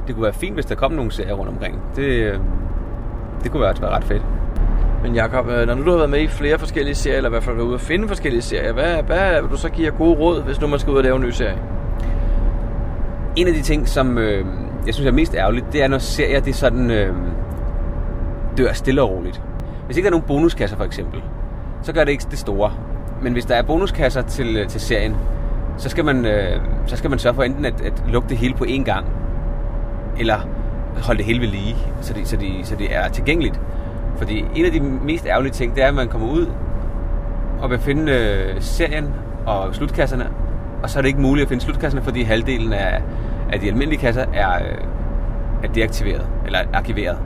det kunne være fint, hvis der kom nogle serier rundt omkring. Det kunne være ret fedt. Men Jacob, når nu du har været med i flere forskellige serier, eller i hvert fald været ude at finde forskellige serier, hvad vil du så give jer gode råd, hvis nu man skal ud og lave en ny serie? En af de ting, som jeg synes er mest ærgerligt, det er, når serier det sådan, dør stille og roligt. Hvis ikke der er nogen bonuskasser for eksempel, så gør det ikke det store. Men hvis der er bonuskasser til serien, så skal man sørge for enten at lukke det hele på én gang, eller holde det hele ved lige, så det er tilgængeligt. Fordi en af de mest ærgerlige ting, det er, at man kommer ud og vil finde serien og slutkasserne, og så er det ikke muligt at finde slutkasserne, fordi halvdelen af de almindelige kasser er deaktiveret, eller arkiveret.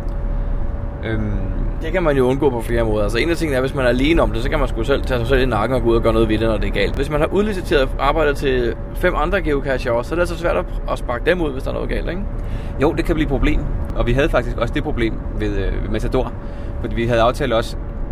Det kan man jo undgå på flere måder. Altså en af tingene er, hvis man er alene om det, så kan man sgu selv tage sig selv i nakken og gå ud og gøre noget ved det, når det er galt. Hvis man har udliciteret arbejdet til 5 andre geocacher også, så er det altså svært at sparke dem ud, hvis der er noget galt, ikke? Jo, det kan blive et problem. Og vi havde faktisk også det problem ved Matador. Fordi vi havde aftalt også,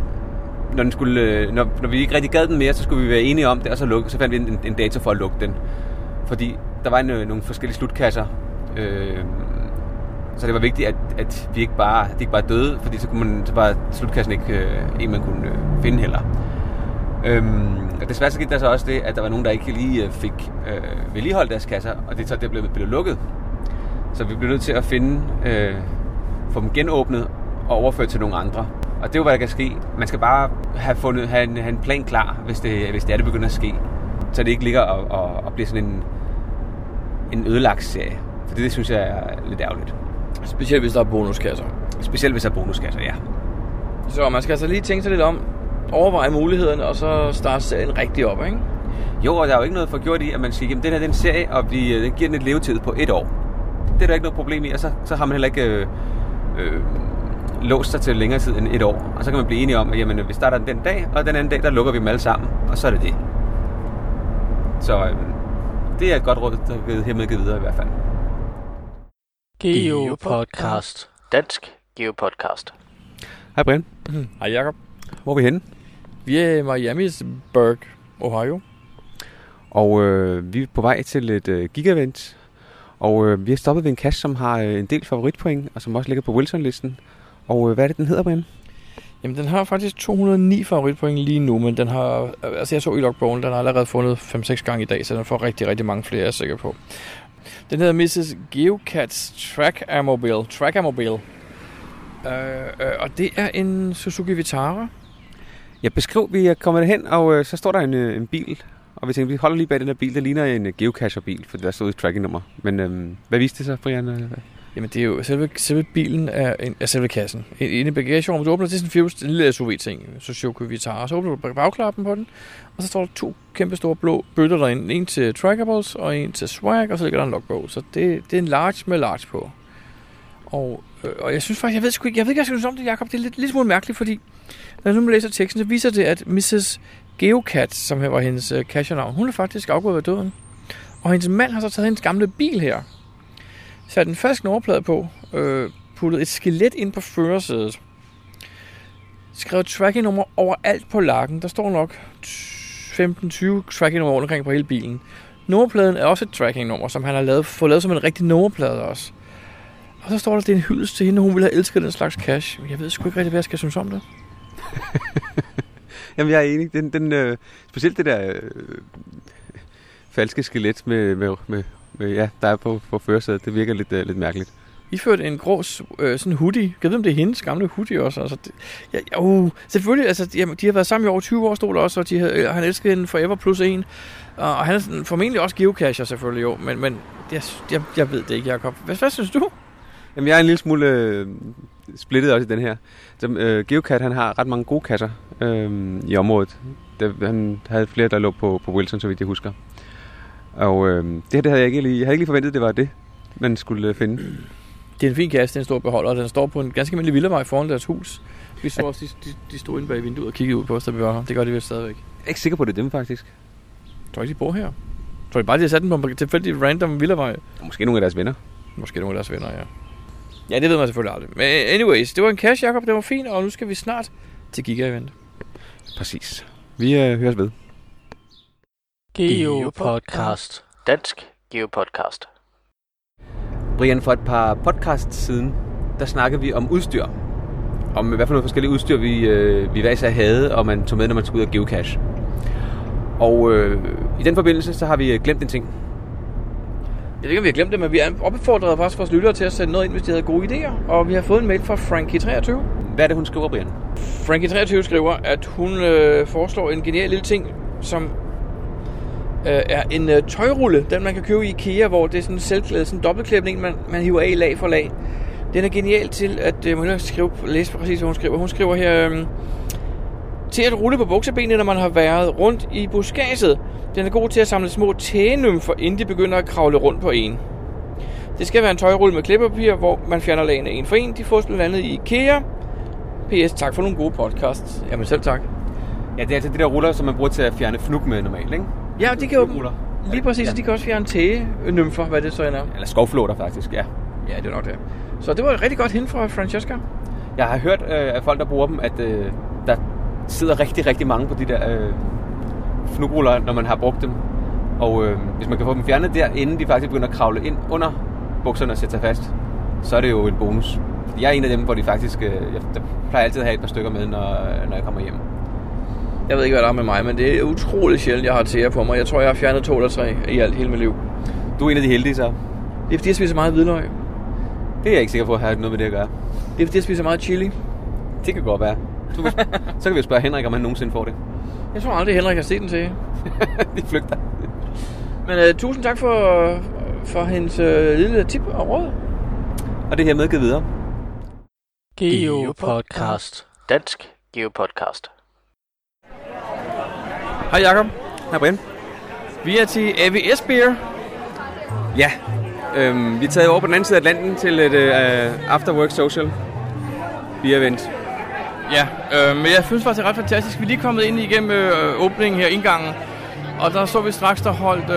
når vi ikke rigtig gad den mere, så skulle vi være enige om det, og så fandt vi en dato for at lukke den. Fordi der var nogle forskellige slutkasser. Så det var vigtigt, at vi ikke bare døde, fordi så var slutkassen ikke en, man kunne finde heller. Og desværre så gik der så også det, at der var nogen, der ikke lige fik vedligeholdt deres kasser, og det blev lukket. Så vi blev nødt til at få dem genåbnet og overført til nogle andre. Og det er jo, hvad der kan ske. Man skal bare have en plan klar, hvis det begynder at ske. Så det ikke ligger og bliver sådan en ødelagt serie. For det synes jeg er lidt ærgerligt. Specielt hvis der er bonuskasser. Specielt hvis der er bonuskasser, ja. Så man skal altså lige tænke sig lidt om, overveje mulighederne, og så starte serien rigtig op, ikke? Jo, og der er jo ikke noget forgjort i, at man siger, jamen den her den serie, og vi giver den et levetid på 1 år. Det er der ikke noget problem i, og så har man heller ikke låst sig til længere tid end 1 år. Og så kan man blive enige om, at jamen, vi starter den dag, og den anden dag, der lukker vi dem alle sammen, og så er det det. Så det er et godt råd, der er hermed givet videre i hvert fald. GeoPodcast. Dansk GeoPodcast. Hej Brian. Hej Jacob. Hvor er vi henne? Vi er i Miamisburg, Ohio. Og vi er på vej til et gig-event. Og vi har stoppet ved en cache, som har en del favoritpoint, og som også ligger på Wilson-listen. Og hvad er det, den hedder, Brian? Jamen, den har faktisk 209 favoritpoint lige nu, men den har, altså jeg så i logbogen, den har allerede fundet 5-6 gange i dag, så den får rigtig, rigtig mange flere, jeg er sikker på. Den hedder Mrs. Geocats Trackermobile. Og det er en Suzuki Vitara. Jeg beskriver, vi er kommet derhen, og så står der en bil, og vi tænker, vi holder lige bag den her bil, der ligner en geocacher-bil, for der stod et tracking-nummer. Men hvad viste det så, Brian? Jamen, det er jo selve bilen er selve kassen. Inde i bagagerummet, du åbner til sådan en lille SUV-ting, Suzuki Vitara, så åbner du bagklappen på den, og så står der 2 kæmpe store blå bøtter derinde. En til trackables, og en til swag, og så ligger der en logbog. Så det er en large med large på. Og jeg synes faktisk, jeg ved ikke, hvad jeg synes om det, Jacob. Det er lidt smule mærkeligt, fordi når nu man læser teksten, så viser det, at Mrs. Geocat, som her var hendes cashier-navn, hun er faktisk afgået af døden. Og hendes mand har så taget hendes gamle bil her, sat en fast nummerplade på, puttet et skelet ind på førersædet, skrevet tracking-nummer overalt på lakken. Der står nok 15-20 tracking-nummer rundt omkring på hele bilen. Nummerpladen er også et tracking-nummer, som han har fået lavet som en rigtig nummerplade også. Og så står der, at det er en hyldest til hende, og hun ville have elsket den slags cash. Jeg ved sgu ikke rigtig, hvad jeg skal synes om det. Jamen, jeg er enig. Den specielt det der falske skelet med ja, der er på førersædet, det virker lidt mærkeligt. I førte en grå sådan hoodie. Jeg ved, om det er hendes gamle hoodie også. Altså, selvfølgelig, altså, de har været sammen i over 20 år, stod der også, og han elskede hende forever plus 1. Og han er formentlig også geocacher selvfølgelig jo, men jeg ved det ikke, Jacob. Hvad synes du? Jamen, jeg er en lille smule splittet også i den her. Så, Geocat, han har ret mange gode kasser i området. Han havde flere, der lå på Wilson, så vidt jeg husker. Og det havde jeg ikke lige forventet, det var det, man skulle finde. Det er en fin kasse, det er en stor beholder, og den står på en ganske almindelig villavej foran deres hus. Vi så også, de stod inde bag vinduet og kiggede ud på os, da vi var her. Det gør de vel stadigvæk. Jeg er ikke sikker på, det er dem, faktisk. Jeg tror ikke, de bor her. Jeg tror bare, de har sat den på en tilfældig random villavej. Måske nogle af deres venner. Ja. Ja, det ved man selvfølgelig aldrig. Men anyways, det var en cash, Jacob, det var fint, og nu skal vi snart til Giga-event. Præcis. Vi høres ved. GeoPodcast. Dansk GeoPodcast. Brian, for et par podcasts siden, der snakkede vi om udstyr. Om hvad for nogle forskellige udstyr, vi hver især havde, og man tog med, når man skulle ud og geocache. Og i den forbindelse, så har vi glemt en ting. Jeg ved ikke, om vi har glemt det, men vi er opfordret faktisk vores lyttere til at sende noget ind, hvis de havde gode idéer. Og vi har fået en mail fra Frankie23. Hvad er det, hun skriver, Brian? Frankie23 skriver, at hun foreslår en genial lille ting, som er en tøjrulle, den man kan købe i IKEA, hvor det er sådan en selvklædet, sådan en dobbeltklæbning, man hiver af lag for lag. Den er genial til at, må jeg læse præcis, hvad hun skriver. Hun skriver her, til at rulle på buksebenene, når man har været rundt i buskadset. Den er god til at samle små tægenymfer, inden de begynder at kravle rundt på en. Det skal være en tøjrulle med klippepapir, hvor man fjerner lagene en for en. De fås blandt andet i IKEA. PS, tak for nogle gode podcasts. Jamen selv tak. Ja, det er altså de der ruller, som man bruger til at fjerne fnug med normalt, ikke? Ja, de kan jo lige præcis, de kan også fjerne tægenymfer, hvad det så er. Eller skovflåter faktisk, ja. Ja, det er nok det. Så det var et rigtig godt hint fra Francesca. Jeg har hørt af folk, der bruger dem, at der sidder rigtig, rigtig mange på de der fnugruller, når man har brugt dem. Og hvis man kan få dem fjernet der, inden de faktisk begynder at kravle ind under bukserne og sætte sig fast, så er det jo en bonus. Jeg er en af dem, hvor de faktisk... jeg plejer altid at have et par stykker med, når jeg kommer hjem. Jeg ved ikke, hvad der er med mig, men det er utroligt sjældent, jeg har tæer på mig. Jeg tror, jeg har fjernet 2 eller 3 i alt hele mit liv. Du er en af de heldige, så? Det er fordi, jeg spiser meget hvidløg. Det er jeg ikke sikker på at have noget med det at gøre. Det er fordi, jeg spiser meget chili. Det kan godt være. Så kan vi jo spørge Henrik, om han nogensinde får det. Jeg tror aldrig, Henrik har set den til. De flygter. Men tusind tak for hendes lille tip og råd. Og det her med givet videre. Geopodcast. Dansk Geopodcast. Hej Jacob. Hej Brian. Vi er til AVS Beer. Ja, vi er taget over på den anden side af Atlanten til et After Work Social Beer Event. Ja, men jeg synes faktisk, det er ret fantastisk. Vi er lige kommet ind igennem åbningen her, indgangen. Og der så vi straks, der holdt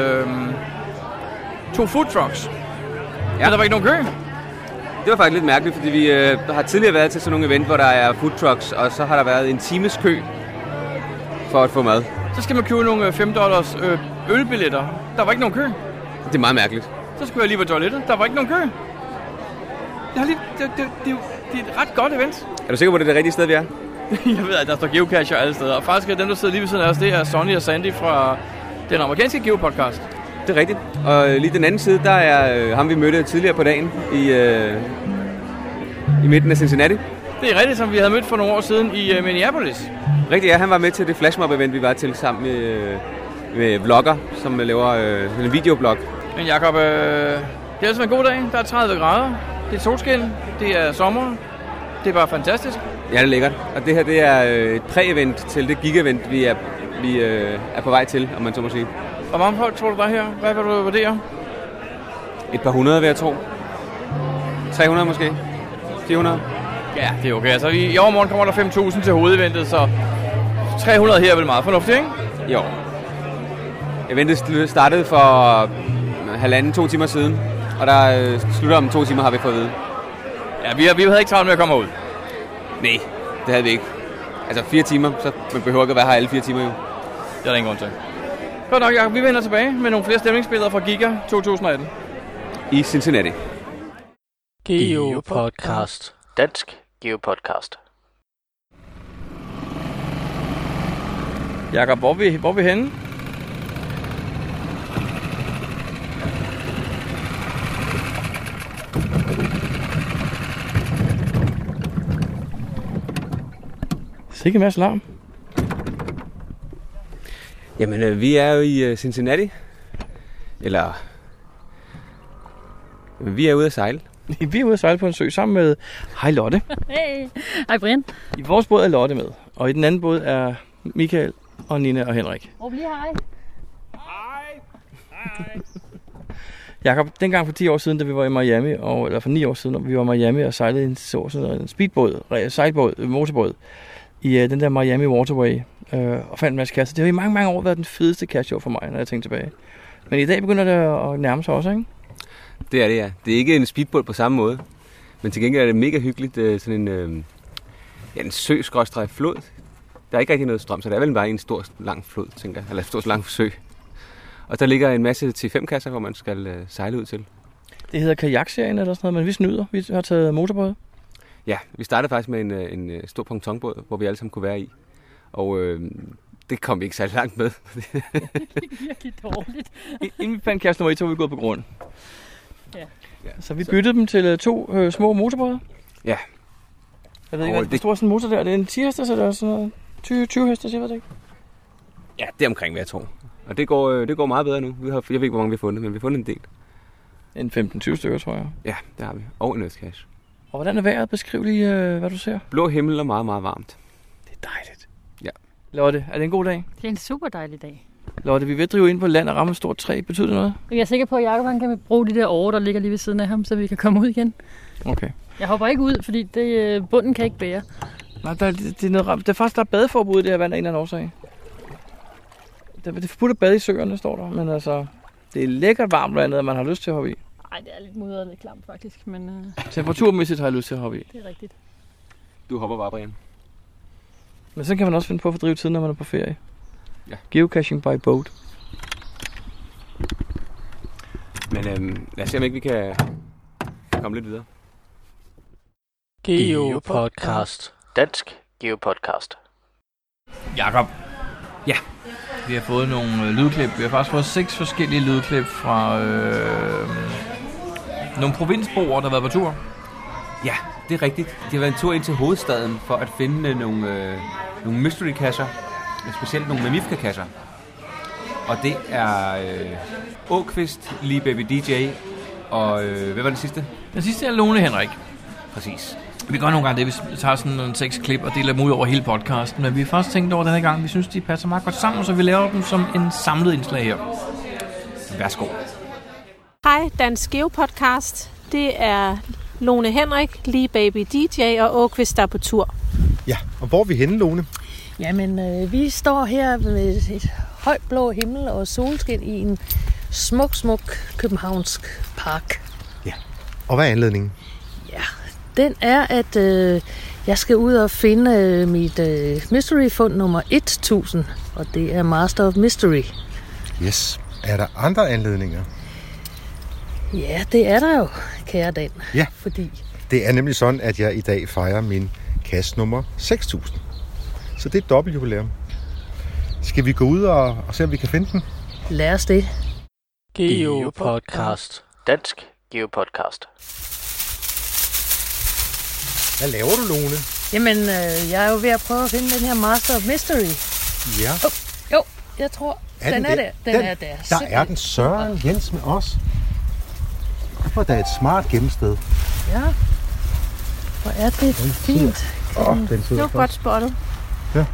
2 food trucks. Ja. Men der var ikke nogen kø. Det var faktisk lidt mærkeligt, fordi vi har tidligere været til sådan nogle event, hvor der er food trucks, og så har der været en times kø for at få mad. Så skal man købe nogle $5 ølbilletter. Der var ikke nogen kø. Det er meget mærkeligt. Så skulle jeg lige på toilettet. Der var ikke nogen kø. Det er et ret godt event. Er du sikker på, at det er det rigtige sted, vi er? Jeg ved, at der står geocacher alle steder. Og faktisk dem, der sidder lige ved siden af os, det er Sonny og Sandy fra den amerikanske geopodcast. Det er rigtigt. Og lige den anden side, der er ham, vi mødte tidligere på dagen i midten af Cincinnati. Det er rigtigt, som vi havde mødt for nogle år siden i Minneapolis. Rigtigt, ja. Han var med til det flashmob-event, vi var til sammen med vlogger, som laver en videoblog. Men Jacob, det er altså en god dag. Der er 30 grader. Det er solskin. Det er sommer. Det er bare fantastisk. Ja, det er lækkert. Og det her, det er et præ-event til det gig-event, vi er på vej til, om man så må sige. Hvor mange folk tror du, der er her? Hvad vil du vurdere? Et par hundrede, vil jeg tro. 300 måske. 400. Ja, det er okay. Altså, i overmorgen kommer der 5.000 til hovedeventet, så 300 her er vel meget fornuftigt, ikke? Jo. Eventet startede for 1,5-2 timer siden, og der slutter om 2 timer, har vi fået at vide. Ja, vi havde ikke travlt med at komme ud. Nej, det havde vi ikke. Altså 4 timer, så man behøver ikke at være her alle 4 timer jo. Det er der ingen grund til. Godt nok, Jacob. Vi vender tilbage med nogle flere stemningsbilleder fra Giga 2018. I Cincinnati. Geopodcast. Dansk Geopodcast. Jacob, hvor er vi henne? Sikke en masse larm. Jamen, vi er jo i Cincinnati. Eller... vi er ude at sejle. Vi er ude at sejle på en sø sammen med... Hej Lotte. Hey. Hej Brian. I vores båd er Lotte med. Og i den anden båd er Michael og Nina og Henrik. Råb lige hej. Hej. Jakob, dengang for 10 år siden, da vi var i Miami, eller for 9 år siden, da vi var i Miami og sejlede en speedbåd, sejlbåd, motorbåd, i den der Miami Waterway, og fandt en masse kasser. Det har i mange, mange år været den fedeste cashow for mig, når jeg tænker tilbage. Men i dag begynder det at nærme sig også, ikke? Det er det, ja. Det er ikke en speedbåd på samme måde, men til gengæld er det mega hyggeligt. Sådan en sø-flod. Der er ikke rigtig noget strøm, så det er vel bare en stor, lang flod, tænker jeg. Eller en stor, lang sø. Og der ligger en masse T5-kasser, hvor man skal sejle ud til. Det hedder kajakserien eller sådan noget, men vi snyder. Vi har taget motorbåd. Ja, vi startede faktisk med en stor pontonbåd, hvor vi alle sammen kunne være i. Og det kom vi ikke særlig langt med. Det er virkelig dårligt. Inden vi fandt kæreste nummer 1, så var vi gået på grund. Ja. Så vi byttede dem til 2 små motorbåde. Ja. Jeg ved ikke, hvor stor sådan en motor der er. Det er en 10 hester, så det er sådan noget 20 hester, jeg ved det ikke. Ja, det er omkring, hvad jeg tror. Og det går meget bedre nu. Jeg ved ikke, hvor mange vi har fundet, men vi har fundet en del. En 15-20 stykker, tror jeg. Ja, det har vi. Og en Earthcache. Og hvordan er vejret? Beskriv lige, hvad du ser. Blå himmel og meget, meget varmt. Det er dejligt. Ja. Lotte, er det en god dag? Det er en super dejlig dag. Lotte, vi vil drive ind på land og ramme et stort træ. Betyder det noget? Jeg er sikker på, at Jacob han kan bruge de der årer, der ligger lige ved siden af ham, så vi kan komme ud igen. Okay. Jeg hopper ikke ud, fordi bunden kan ikke bære. Nej, det er faktisk, der er badeforbud i det her vand af en eller anden årsag. Det er forbudt at bade i søerne, står der. Men altså, det er lækkert varmt vandet, og man har lyst til at hoppe i. Nej, det er lidt mudret og lidt klamt faktisk, men Temperaturmæssigt har jeg lyst til at hoppe i. det er rigtigt. Du hopper bare, Brian. Men så kan man også finde på at fordrive tiden, når man er på ferie. Ja. Geocaching by boat. Men lad os se, om ikke vi kan komme lidt videre. Geopodcast. Dansk Geopodcast. Jakob. Ja. Vi har fået nogle lydklip. Vi har faktisk fået 6 forskellige lydklip fra nogle provinsboer, der har været på tur. Ja, det er rigtigt. De har været en tur ind til hovedstaden for at finde nogle mystery-kasser. Specielt nogle Mamifka-kasser. Og det er Åkvist, Lee Baby DJ og hvad var det sidste? Den sidste er Lone Henrik. Præcis. Vi gør nogle gange det, vi tager sådan nogle 6 klip og deler dem ud over hele podcasten. Men vi har faktisk tænkt over denne gang, vi synes, de passer meget godt sammen, så vi laver dem som en samlet indslag her. Værsgo. Hej, Dansk Geopodcast. Det er Lone Henrik, Lee Baby DJ og Åkvist, der er på tur. Ja, og hvor er vi henne, Lone? Jamen, vi står her med et højt blå himmel og solskin i en smuk københavnsk park. Ja, og hvad er anledningen? Ja, den er, at jeg skal ud og finde mit mystery-fund nummer 1000, og det er Master of Mystery. Yes. Er der andre anledninger? Ja, det er der jo, kære Dan. Ja, fordi det er nemlig sådan, at jeg i dag fejrer min cache nummer 6000. Så det er et dobbeltjubilæum. Skal vi gå ud og se, om vi kan finde den? lad os det. Geopodcast. Dansk Geopodcast. Hvad laver du, Lone? Jamen, jeg er jo ved at prøve at finde den her Master of Mystery. Ja. Jo, jeg tror, den er der. Den er der. Der er den. Søren Jens med os. Hvor der er et smart gemmested. Ja. Hvor er det fint. Den Det sidder var godt spottet. Ja.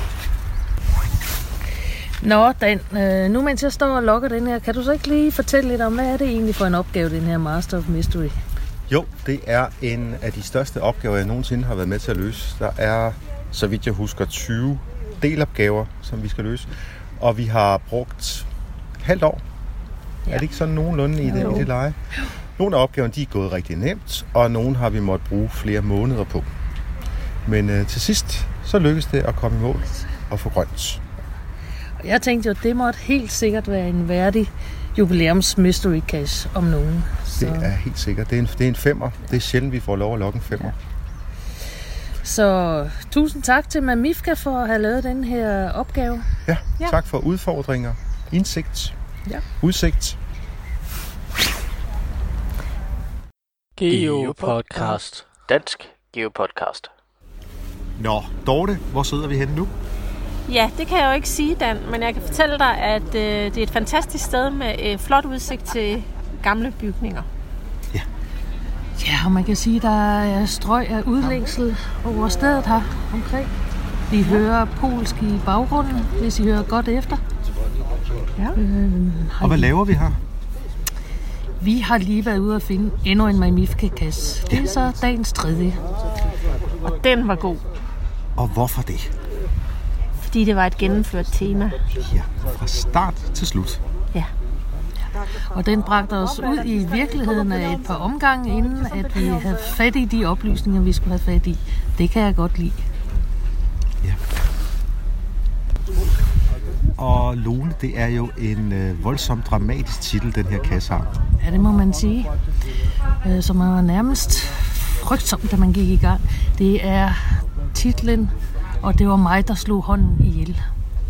Nå, Dan, nu mens jeg står og logger den her, kan du så ikke lige fortælle lidt om, hvad er det egentlig for en opgave, den her Master of Mystery? Jo, det er en af de største opgaver, jeg nogensinde har været med til at løse. Der er, så vidt jeg husker, 20 delopgaver, som vi skal løse. Og vi har brugt halvt år. Ja. Er det ikke sådan nogenlunde i det leje? Nogle af opgaverne de er gået rigtig nemt, og nogle har vi måttet bruge flere måneder på. Men til sidst, så lykkedes det at komme i mål og få grønt. Og jeg tænkte jo, det måtte helt sikkert være en værdig jubilæums mystery cache om nogen. Så. Det er helt sikkert. Det er en 5'er. Det er sjældent, vi får lov at logge en 5'er. Ja. Så tusind tak til Mamifka for at have lavet den her opgave. Ja, tak for udfordringer, indsigt, udsigt. Geopodcast. Dansk Geopodcast. Nå, Dorte, hvor sidder vi henne nu? Ja, det kan jeg jo ikke sige, Dan, men jeg kan fortælle dig, at det er et fantastisk sted med flot udsigt til gamle bygninger. Ja, og man kan sige, at der er strøg af udlængsel over stedet her omkring. Vi hører polsk i baggrunden, hvis I hører godt efter. Ja. Og hvad laver vi her? Vi har lige været ude at finde endnu en Mamifka-kasse. Det er så dagens 3. Og den var god, Og hvorfor det? fordi det var et gennemført tema. Ja, fra start til slut. Ja. Og den bragte os ud i virkeligheden af et par omgange, inden at vi havde fat i de oplysninger, vi skulle have fat i. Det kan jeg godt lide. Ja. Og Og Lone, det er jo en voldsomt dramatisk titel, den her kasse har. Ja, det må man sige. Som var nærmest frygtsomt, da man gik i gang. Det er titlen, og det var mig, der slog hånden ihjel.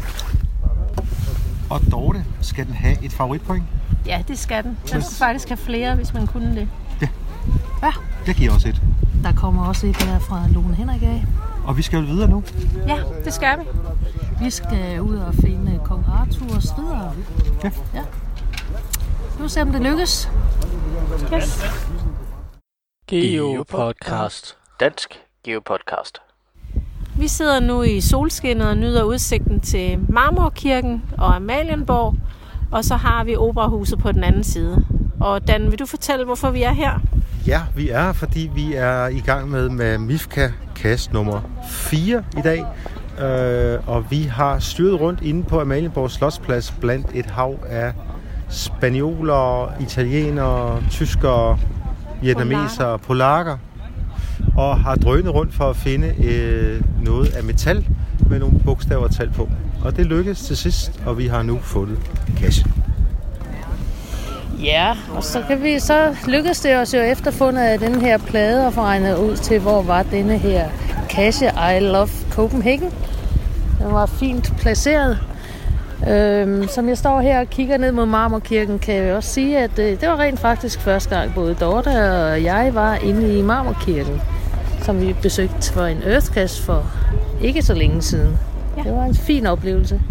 Og Dorte, skal den have et favoritpoint? Ja, det skal den. Den skulle faktisk have flere, hvis man kunne det. Ja. Jeg giver også et. Der kommer også et her fra Lone Henrik af. Og vi skal jo videre nu. Ja, det skal vi. Vi skal ud og finde Kong Arthurs riddere. Ja. Nu ser om det lykkes. Yes. Geopodcast. Dansk Geopodcast. Vi sidder nu i solskinnet og nyder udsigten til Marmorkirken og Amalienborg. Og så har vi Operahuset på den anden side. Og Dan, vil du fortælle, hvorfor vi er her? Ja, vi er, fordi vi er i gang med MIFKA kasse nummer 4 i dag. Og vi har styret rundt inde på Amalienborg Slotsplads blandt et hav af spanioler, italienere, tyskere, vietnamesere, polakker. Og har drønet rundt for at finde noget af metal med nogle bogstaver og tal på. Og det lykkedes til sidst, og vi har nu fundet kasse. Ja, og så lykkedes det os jo efterfundet af den her plade og få regnet ud til, hvor var denne her kasse I Love Copenhagen. Den var fint placeret. Som jeg står her og kigger ned mod Marmorkirken, kan jeg også sige, at det var rent faktisk første gang både Dorte og jeg var inde i Marmorkirken, som vi besøgte for en Earthcast for ikke så længe siden. Ja. Det var en fin oplevelse.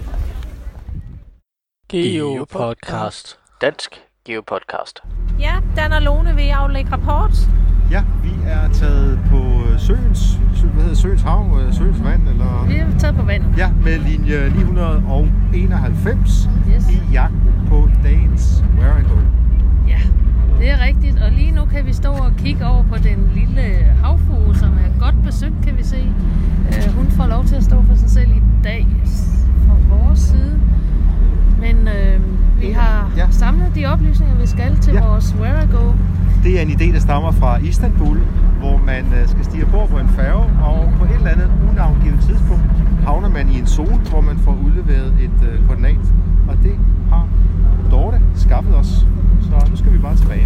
Geopodcast. Dansk Geopodcast. Ja, Dan og Lone vil aflægge rapport. Ja, vi er taget på Søens hav, Søens vand, eller... Vi er taget på vandet. Ja, med linje 991 Yes. i jagten på dagens Where I Go. Ja, det er rigtigt. Og lige nu kan vi stå og kigge over på den lille havfrue, som er godt besøgt, kan vi se. Hun får lov til at stå for sig selv i dag fra vores side. Men vi har samlet de oplysninger, vi skal til vores Where I Go. Det er en idé, der stammer fra Istanbul, hvor man skal stige ombord på en færge, og på et eller andet unavngivet tidspunkt havner man i en zone, hvor man får udleveret et koordinat. Og det har Dorte skaffet os, så nu skal vi bare tilbage.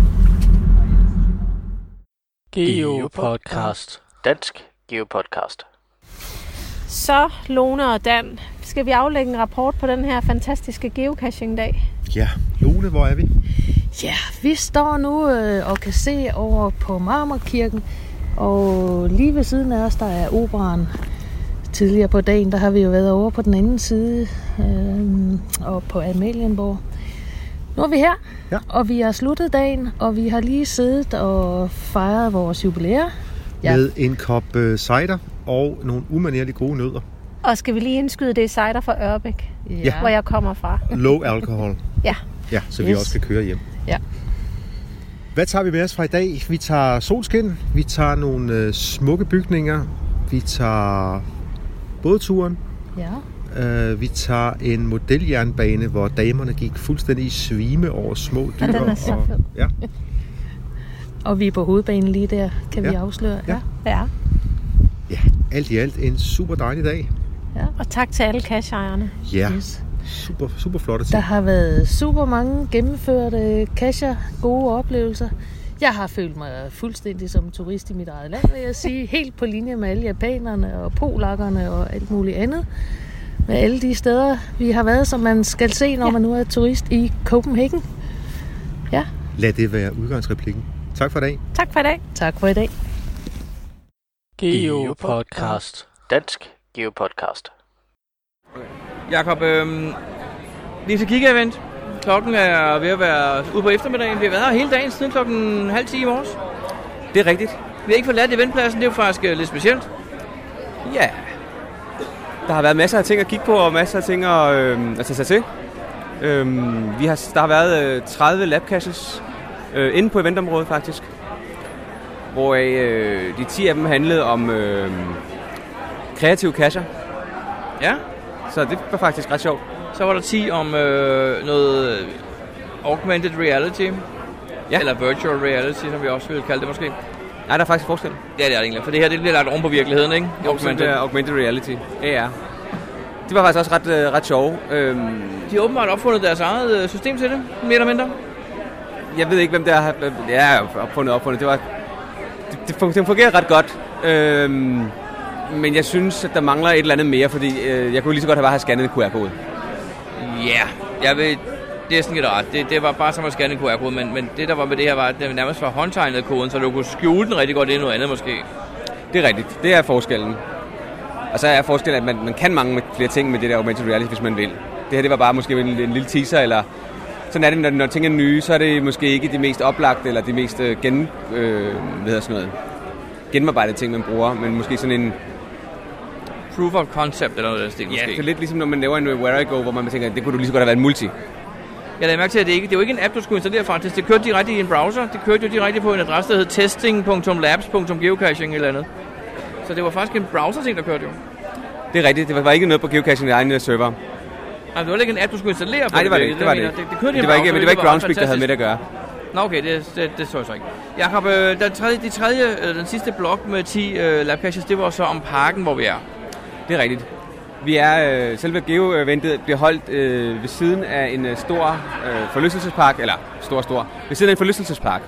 Geopodcast. Dansk Geopodcast. Så, Lone og Dan, skal vi aflægge en rapport på den her fantastiske geocaching-dag? Ja, Lone, hvor er vi? Ja, vi står nu og kan se over på Marmorkirken, og lige ved siden af os, der er operaen. Tidligere på dagen, der har vi jo været over på den anden side, og på Amalienborg. Nu er vi her, og vi har sluttet dagen, og vi har lige siddet og fejret vores jubilæer. Ja. Med en kop cider og nogle umanerligt gode nødder. Og skal vi lige indskyde det cider fra Ørbæk, hvor jeg kommer fra? Low alcohol. Ja. Ja, så vi også kan køre hjem. Ja. Hvad tager vi med os fra i dag? Vi tager solskin, vi tager nogle smukke bygninger, vi tager bådturen, vi tager en modeljernbane, hvor damerne gik fuldstændig i svime over små dyr. Ja, den er så fed. Ja. Og vi er på hovedbanen lige der, kan vi afsløre. Ja. Ja, alt i alt en super dejlig dag. Ja. Og tak til alle cacheejerne. Ja, Yes. super flotte ting. Der har været super mange gennemførte cacher, gode oplevelser. Jeg har følt mig fuldstændig som turist i mit eget land, vil jeg sige. Helt på linje med alle japanerne og polakkerne og alt muligt andet. Med alle de steder, vi har været, som man skal se, når man nu er turist i Copenhagen. Ja. Lad det være udgangsreplikken. Tak for i dag. Tak for i dag. Tak for i dag. Geopodcast. Dansk Geopodcast. Jakob, vi skal kigge event. Klokken er ved at være ude på eftermiddagen. Vi har været her hele dagen siden klokken 9:30 i morges. Det er rigtigt. Vi har ikke forladt eventpladsen, det er jo faktisk lidt specielt. Ja. Der har været masser af ting at kigge på, og masser af ting at tage sig til. Der har været 30 labcaches inde på eventområdet faktisk. Hvoraf de 10 af dem handlede om kreative cacher. Ja. Så det var faktisk ret sjovt. Så var der 10 om noget augmented reality. Ja. Eller virtual reality, som vi også vil kalde det måske. Nej, der er faktisk forskel. Ja, det er det egentlig. For det her det bliver lagt oven på virkeligheden, ikke? Augmented reality. AR. De var faktisk også ret sjove. De har åbenbart opfundet deres eget system til det, mere eller mindre. Jeg ved ikke, hvem der har opfundet. Det fungerer ret godt. Men jeg synes, at der mangler et eller andet mere, fordi jeg kunne lige så godt have scannet en QR-kode. Ja, det er sådan lidt ret. Det var bare som at scanne en QR-kode, men det der var med det her, var, at det nærmest var håndtegnet koden, så du kunne skjule den rigtig godt ind i noget andet måske. Det er rigtigt. Det er forskellen. Og så er forskellen, at man kan mange flere ting med det der augmented reality, hvis man vil. Det her, det var bare måske en lille teaser, eller sådan er det, når ting er nye, så er det måske ikke de mest oplagte, eller de mest gennemarbejdede ting, man bruger, men måske sådan en proof of concept eller noget af den stil, måske. Ja, det er lidt ligesom, når man laver en Where I Go, hvor man tænker, at det kunne du lige så godt have været en multi. Jeg lagde mærke til, at det er jo ikke en app, du skulle installere faktisk. Det kørte direkte i en browser. Det kørte jo direkte på en adresse, der hed testing.labs.geocaching eller andet. Så det var faktisk en browser-ting, der kørte jo. Det er rigtigt. Det var ikke noget på geocaching i egen server. Nej, det var ikke en app, du skulle installere på. Nej, det var det. Det kørte i en browser. Men det var ikke Groundspeak, der havde med det at gøre. Nå, okay, det så jeg så ikke. Jakob, den sidste blok med 10 labcaches, det var så om parken, hvor vi er. Det er rigtigt. Vi er, selve Geo-eventet bliver holdt ved siden af en stor forlystelsespark, eller stor, ved siden af en forlystelsespark.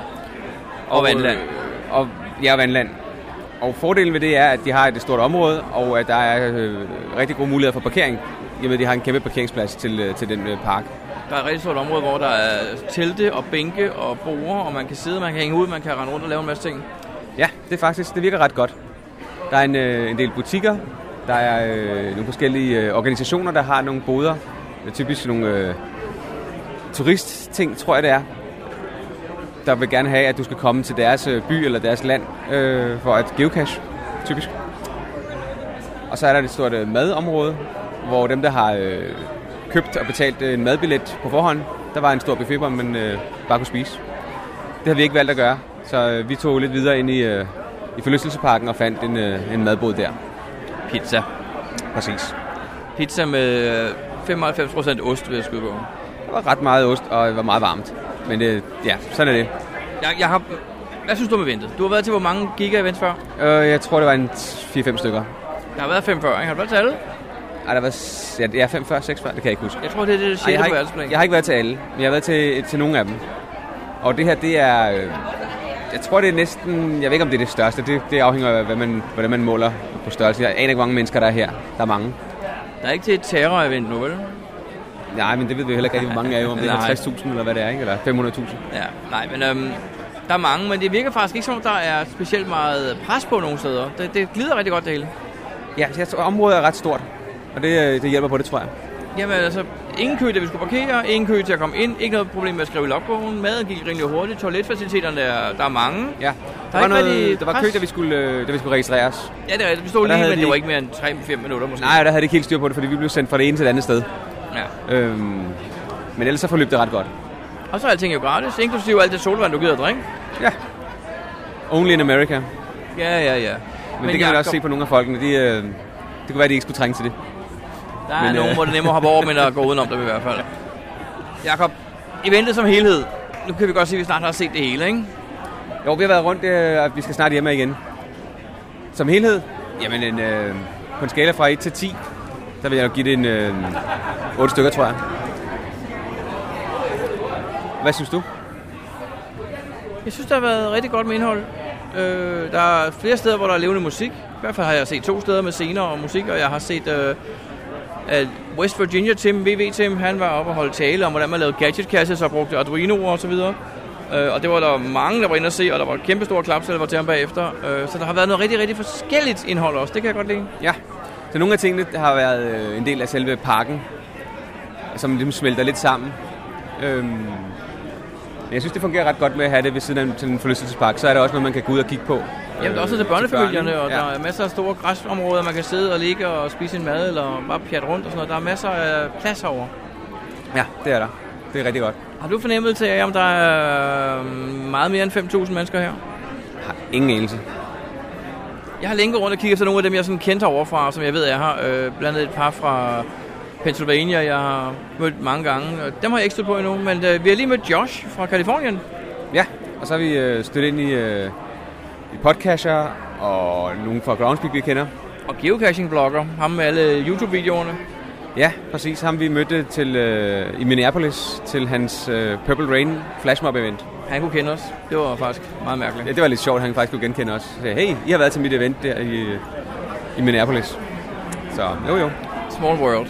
Og vandland. Og vandland. Og fordelen ved det er, at de har et stort område, og at der er rigtig gode muligheder for parkering, i og med at de har en kæmpe parkeringsplads til den park. Der er et rigtig stort område, hvor der er telte og bænke og borde, og man kan sidde, man kan hænge ud, man kan rende rundt og lave en masse ting. Ja, det virker ret godt. Der er en del butikker, der er nogle forskellige organisationer, der har nogle boder. Det er typisk nogle turistting, tror jeg det er, der vil gerne have, at du skal komme til deres by eller deres land for at geocache, typisk. Og så er der et stort madområde, hvor dem, der har købt og betalt en madbillet på forhånd, der var en stor buffet, hvor man bare kunne spise. Det har vi ikke valgt at gøre, så vi tog lidt videre ind i forlystelsesparken og fandt en madbod der. Pizza. Præcis. Pizza med 95% ost, vil jeg skyde på. Der var ret meget ost, og det var meget varmt. Men sådan er det. Hvad synes du om eventet? Du har været til hvor mange giga-events før? Jeg tror, det var en 4-5 stykker. Der har været 5 før, ikke? Har du været til alle? Ej, der var 5 før, 6 før, det kan jeg ikke huske. Jeg tror, det er det 6. på verdensplan. Jeg har ikke været til alle, men jeg har været til nogle af dem. Og det her, det er... jeg tror, det er næsten... Jeg ved ikke, om det er det største. Det afhænger af, hvordan man måler på størrelse. Jeg aner ikke, hvor mange mennesker der er her. Der er mange. Der er ikke til et terror-event nu, vel? Nej, men det ved vi heller ikke rigtig, hvor mange er jo. Om det er 50.000 eller hvad det er, ikke? Eller 500.000. Ja, nej, men der er mange, men det virker faktisk ikke som, der er specielt meget pres på nogle steder. Det glider rigtig godt, det hele. Ja, jeg tror, området er ret stort, og det hjælper på det, tror jeg. Jamen altså, ingen kø, da vi skulle parkere, ingen kø til at komme ind, ikke noget problem med at skrive i logbogen, maden gik rimelig hurtigt, toiletfaciliteterne der er mange. Ja, der var kø, da vi skulle registreres. Ja, det er rigtigt. Vi stod lige, men det var ikke mere end 3-5 minutter måske. Nej, der havde det ikke helt styr på det, fordi vi blev sendt fra det ene til det andet sted. Ja. Men ellers så forløb det ret godt. Og så er alting jo gratis, inklusive alt det solvand, du gider at drikke. Ja. Only in America. Ja. Men det kan man også se på nogle af folkene. Det kunne være, at de ikke skulle trænge til det. Der er nogen, hvor det er nemmere at hoppe over, men at gå udenom dem i hvert fald. Jakob, eventet som helhed. Nu kan vi godt sige, at vi snart har set det hele, ikke? Jo, vi har været rundt, og vi skal snart hjemme igen. Som helhed? Jamen, på en skala fra 1 til 10, der vil jeg give det en 8 stykker, tror jeg. Hvad synes du? Jeg synes, der har været rigtig godt med indhold. Der er flere steder, hvor der er levende musik. I hvert fald har jeg set 2 steder med scener og musik, og jeg har set at West Virginia Tim, VV-Tim, han var oppe og holde tale om, hvordan man lavede gadget-kasser og brugte Arduino'er og så videre. Og det var der mange, der var inde at se, og der var et kæmpe stort klapsalver til ham bagefter. Så der har været noget rigtig, rigtig forskelligt indhold også. Det kan jeg godt lide. Ja, så nogle af tingene har været en del af selve parken, som ligesom smelter lidt sammen. Jeg synes, det fungerer ret godt med at have det ved siden af en forlystelsespark. Så er der også noget, man kan gå ud og kigge på. Jamen, der er også til børnefamilierne, og der er masser af store græsområder, man kan sidde og ligge og spise en mad, eller bare pjatte rundt og sådan noget. Der er masser af plads herovre. Ja, det er der. Det er rigtig godt. Har du fornemmet til, om der er meget mere end 5.000 mennesker her? Jeg har ingen anelse. Jeg har længe rundt og kigget efter nogle af dem, jeg sådan kendte overfra, som jeg ved, jeg har. Blandt andet et par fra Pennsylvania, jeg har mødt mange gange. Dem har jeg ikke stødt på endnu, men vi har lige mødt Josh fra Californien. Ja, og så har vi stødt ind i podcaster og nogle fra Groundspeak, vi kender. Og geocaching-blogger, ham med alle YouTube-videoerne. Ja, præcis. Ham vi mødte til, i Minneapolis til hans Purple Rain flashmob-event. Han kunne kende os. Det var faktisk meget mærkeligt. Ja, det var lidt sjovt, han faktisk kunne genkende os. Så sagde, hey, I har været til mit event der i Minneapolis. Så jo. Small world.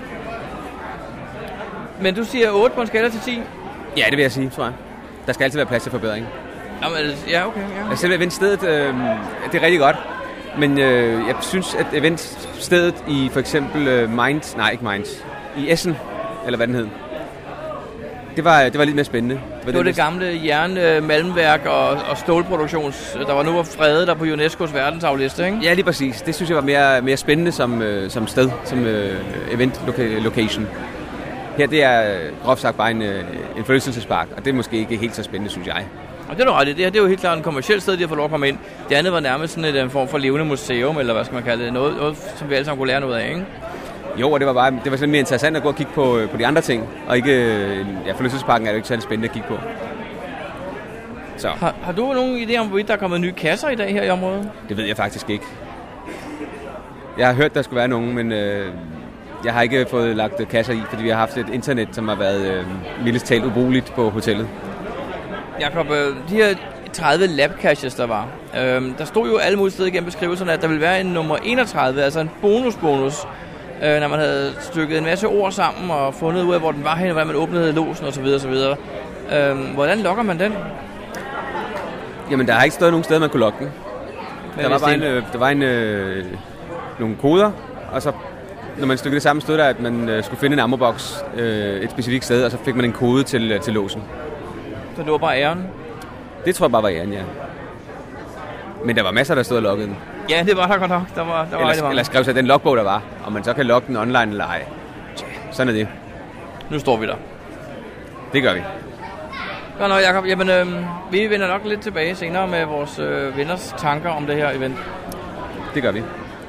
Men du siger 8 på en skala til 10? Ja, det vil jeg sige, tror jeg. Der skal altid være plads til forbedring. Jamen, ja, okay. Ja. Selve eventstedet, det er rigtig godt. Men jeg synes, at eventstedet i for eksempel i Essen, eller hvad den hed, det var lidt mere spændende. Det var det gamle jernmalmværk og stålproduktions, der var nu fredet der på UNESCO's verdensarvliste, ikke? Ja, lige præcis. Det synes jeg var mere spændende som sted, som event location. Her det er groft sagt bare en forlystelsespark, og det er måske ikke helt så spændende, synes jeg. Og det er ret. Det her det er jo helt klart en kommerciel sted, de har fået lov at komme ind. Det andet var nærmest sådan en form for levende museum, eller hvad skal man kalde det, noget som vi alle sammen kunne lære noget af, ikke? Jo, og det var sådan mere interessant at gå og kigge på de andre ting, og ikke, forlystelsesparken er jo ikke særlig spændende at kigge på. Så. Har du nogen idé om, hvorvidt der er kommet nye kasser i dag her i området? Det ved jeg faktisk ikke. Jeg har hørt, der skulle være nogen, men jeg har ikke fået lagt kasser i, fordi vi har haft et internet, som har været mildest talt ubrugeligt på hotellet. Jakob, de her 30 lab caches, der var, der stod jo alle mulige steder igennem beskrivelserne, at der ville være en nummer 31, altså en bonus, når man havde stykket en masse ord sammen og fundet ud af, hvor den var henne, hvordan man åbnede låsen osv. Hvordan logger man den? Jamen, der har ikke stået nogen steder, man kunne logge den. Der var nogle koder, og så når man stykkede det sammen, stod der, at man skulle finde en ammoboks et specifikt sted, og så fik man en kode til låsen. Så det var bare æren? Det tror jeg bare var æren, ja. Men der var masser, der stod og loggede den. Ja, det var der godt nok. Der var eller skrev sig den logbog, der var, og man så kan logge den online eller ej. Sådan er det. Nu står vi der. Det gør vi. Godt nok, Jacob. Jamen, vi vender nok lidt tilbage senere med vores venners tanker om det her event. Det gør vi.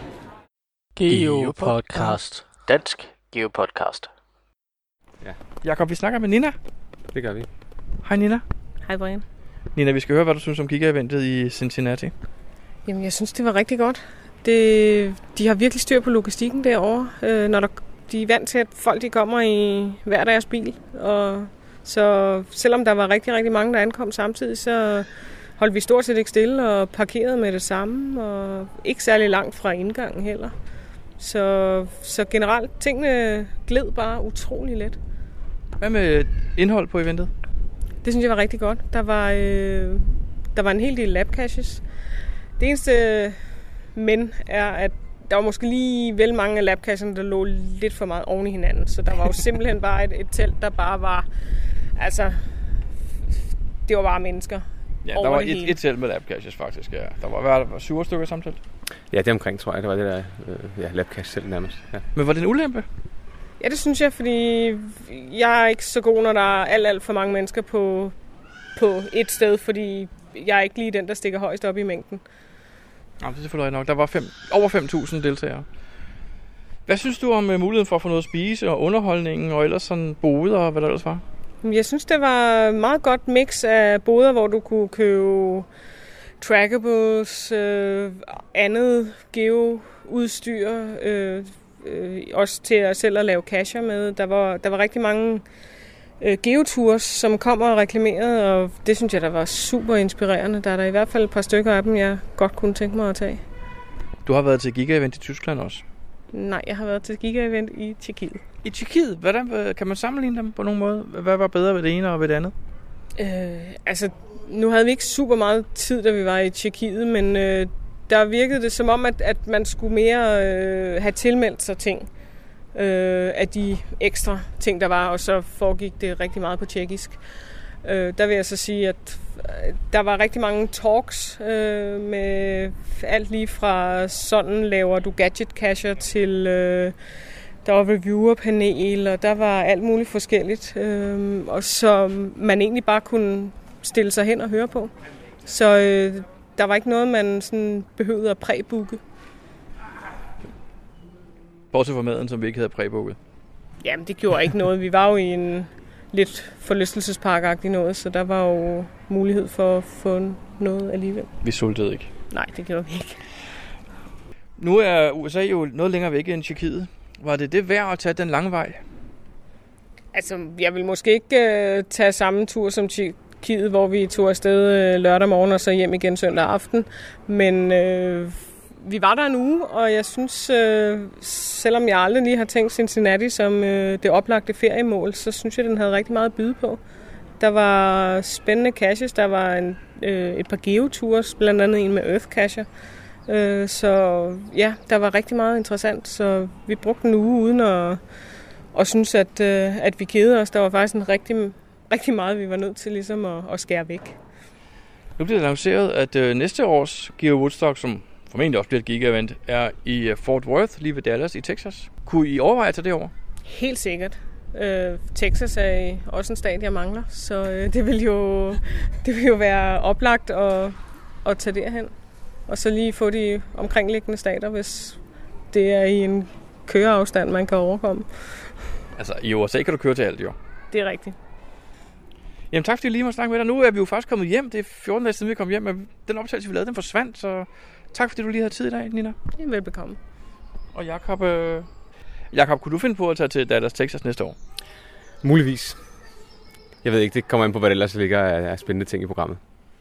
Geopodcast. Dansk Geopodcast. Ja. Jakob, vi snakker med Nina. Det gør vi. Hej Nina. Hej Brian. Nina, vi skal høre, hvad du synes om Giga-eventet i Cincinnati. Jamen, jeg synes, det var rigtig godt. De har virkelig styr på logistikken derovre, når de er vant til, at folk de kommer i hver deres bil. Og så selvom der var rigtig, rigtig mange, der ankom samtidig, så holdt vi stort set ikke stille og parkerede med det samme. Og ikke særlig langt fra indgangen heller. Så generelt, tingene gled bare utrolig let. Hvad med indhold på eventet? Det synes jeg var rigtig godt. Der var en hel del lab caches. Det eneste men er, at der var måske lige vel mange af lab cacherne, der lå lidt for meget oven i hinanden. Så der var jo simpelthen bare et telt, der bare var... Altså, det var bare mennesker. Ja, der var et telt med lab caches faktisk, ja. Der var 7 stykker samtalt. Ja, det omkring, tror jeg. Det var det der lab cache selv nærmest. Ja. Men var det en ulempe? Ja, det synes jeg, fordi jeg er ikke så god, når der er alt for mange mennesker på et sted, fordi jeg er ikke lige den, der stikker højst op i mængden. Ja, det er selvfølgelig nok. Der var over 5.000 deltagere. Hvad synes du om muligheden for at få noget at spise og underholdningen og ellers sådan boder og hvad der ellers var? Jeg synes, det var et meget godt mix af boder, hvor du kunne købe trackables, andet geoudstyr, også til selv at lave cacher med. Der var rigtig mange geotours, som kom og reklamerede, og det synes jeg, der var super inspirerende. Der er der i hvert fald et par stykker af dem, jeg godt kunne tænke mig at tage. Du har været til Giga-event i Tyskland også? Nej, jeg har været til Giga-event i Tjekkiet. I Tjekkiet? Hvordan kan man sammenligne dem på nogen måde? Hvad var bedre ved det ene og ved det andet? Nu havde vi ikke super meget tid, da vi var i Tjekkiet, men der virkede det som om, at man skulle mere have tilmeldt sig ting af de ekstra ting, der var, og så foregik det rigtig meget på tjekkisk. Der vil jeg så sige, at der var rigtig mange talks med alt lige fra sådan laver du gadget cacher til der var reviewerpanel, og der var alt muligt forskelligt, og så man egentlig bare kunne stille sig hen og høre på. Så der var ikke noget, man sådan behøvede at præbooke. Bortset fra maden, som vi ikke havde præbooket. Jamen, det gjorde ikke noget. Vi var jo i en lidt forlystelsesparkagtig noget, så der var jo mulighed for at få noget alligevel. Vi sultede ikke. Nej, det gjorde vi ikke. Nu er USA jo noget længere væk end Tjekkiet. Var det værd at tage den lange vej? Altså, jeg vil måske ikke tage samme tur som Tjekkiet, hvor vi tog afsted lørdag morgen og så hjem igen søndag aften. Men vi var der en uge, og jeg synes, selvom jeg aldrig lige har tænkt Cincinnati som det oplagte feriemål, så synes jeg, den havde rigtig meget at byde på. Der var spændende caches, der var et par geotours, blandt andet en med Earth Cacher. Så ja, der var rigtig meget interessant, så vi brugte en uge uden at synes, at vi kedede os. Der var faktisk en rigtig meget, vi var nødt til ligesom at skære væk. Nu bliver det annonceret, at næste års Geo Woodstock, som formentlig også bliver et giga-event, er i Fort Worth, lige ved Dallas i Texas. Kunne I overveje at tage det over? Helt sikkert. Texas er også en stat, jeg mangler, så det vil jo være oplagt at tage derhen. Og så lige få de omkringliggende stater, hvis det er i en køreafstand, man kan overkomme. Altså, i USA kan du køre til alt, jo. Det er rigtigt. Jamen tak, fordi I lige måtte snakke med dig. Nu er vi jo faktisk kommet hjem. Det er 14 dage siden, vi kom hjem. Men den optagelse, vi lavede, den forsvandt. Så tak, fordi du lige havde tid i dag, Nina. Ja, velbekomme. Og Jakob, kunne du finde på at tage til Dallas, Texas næste år? Muligvis. Jeg ved ikke, det kommer an på, hvad det ellers ligger af spændende ting i programmet.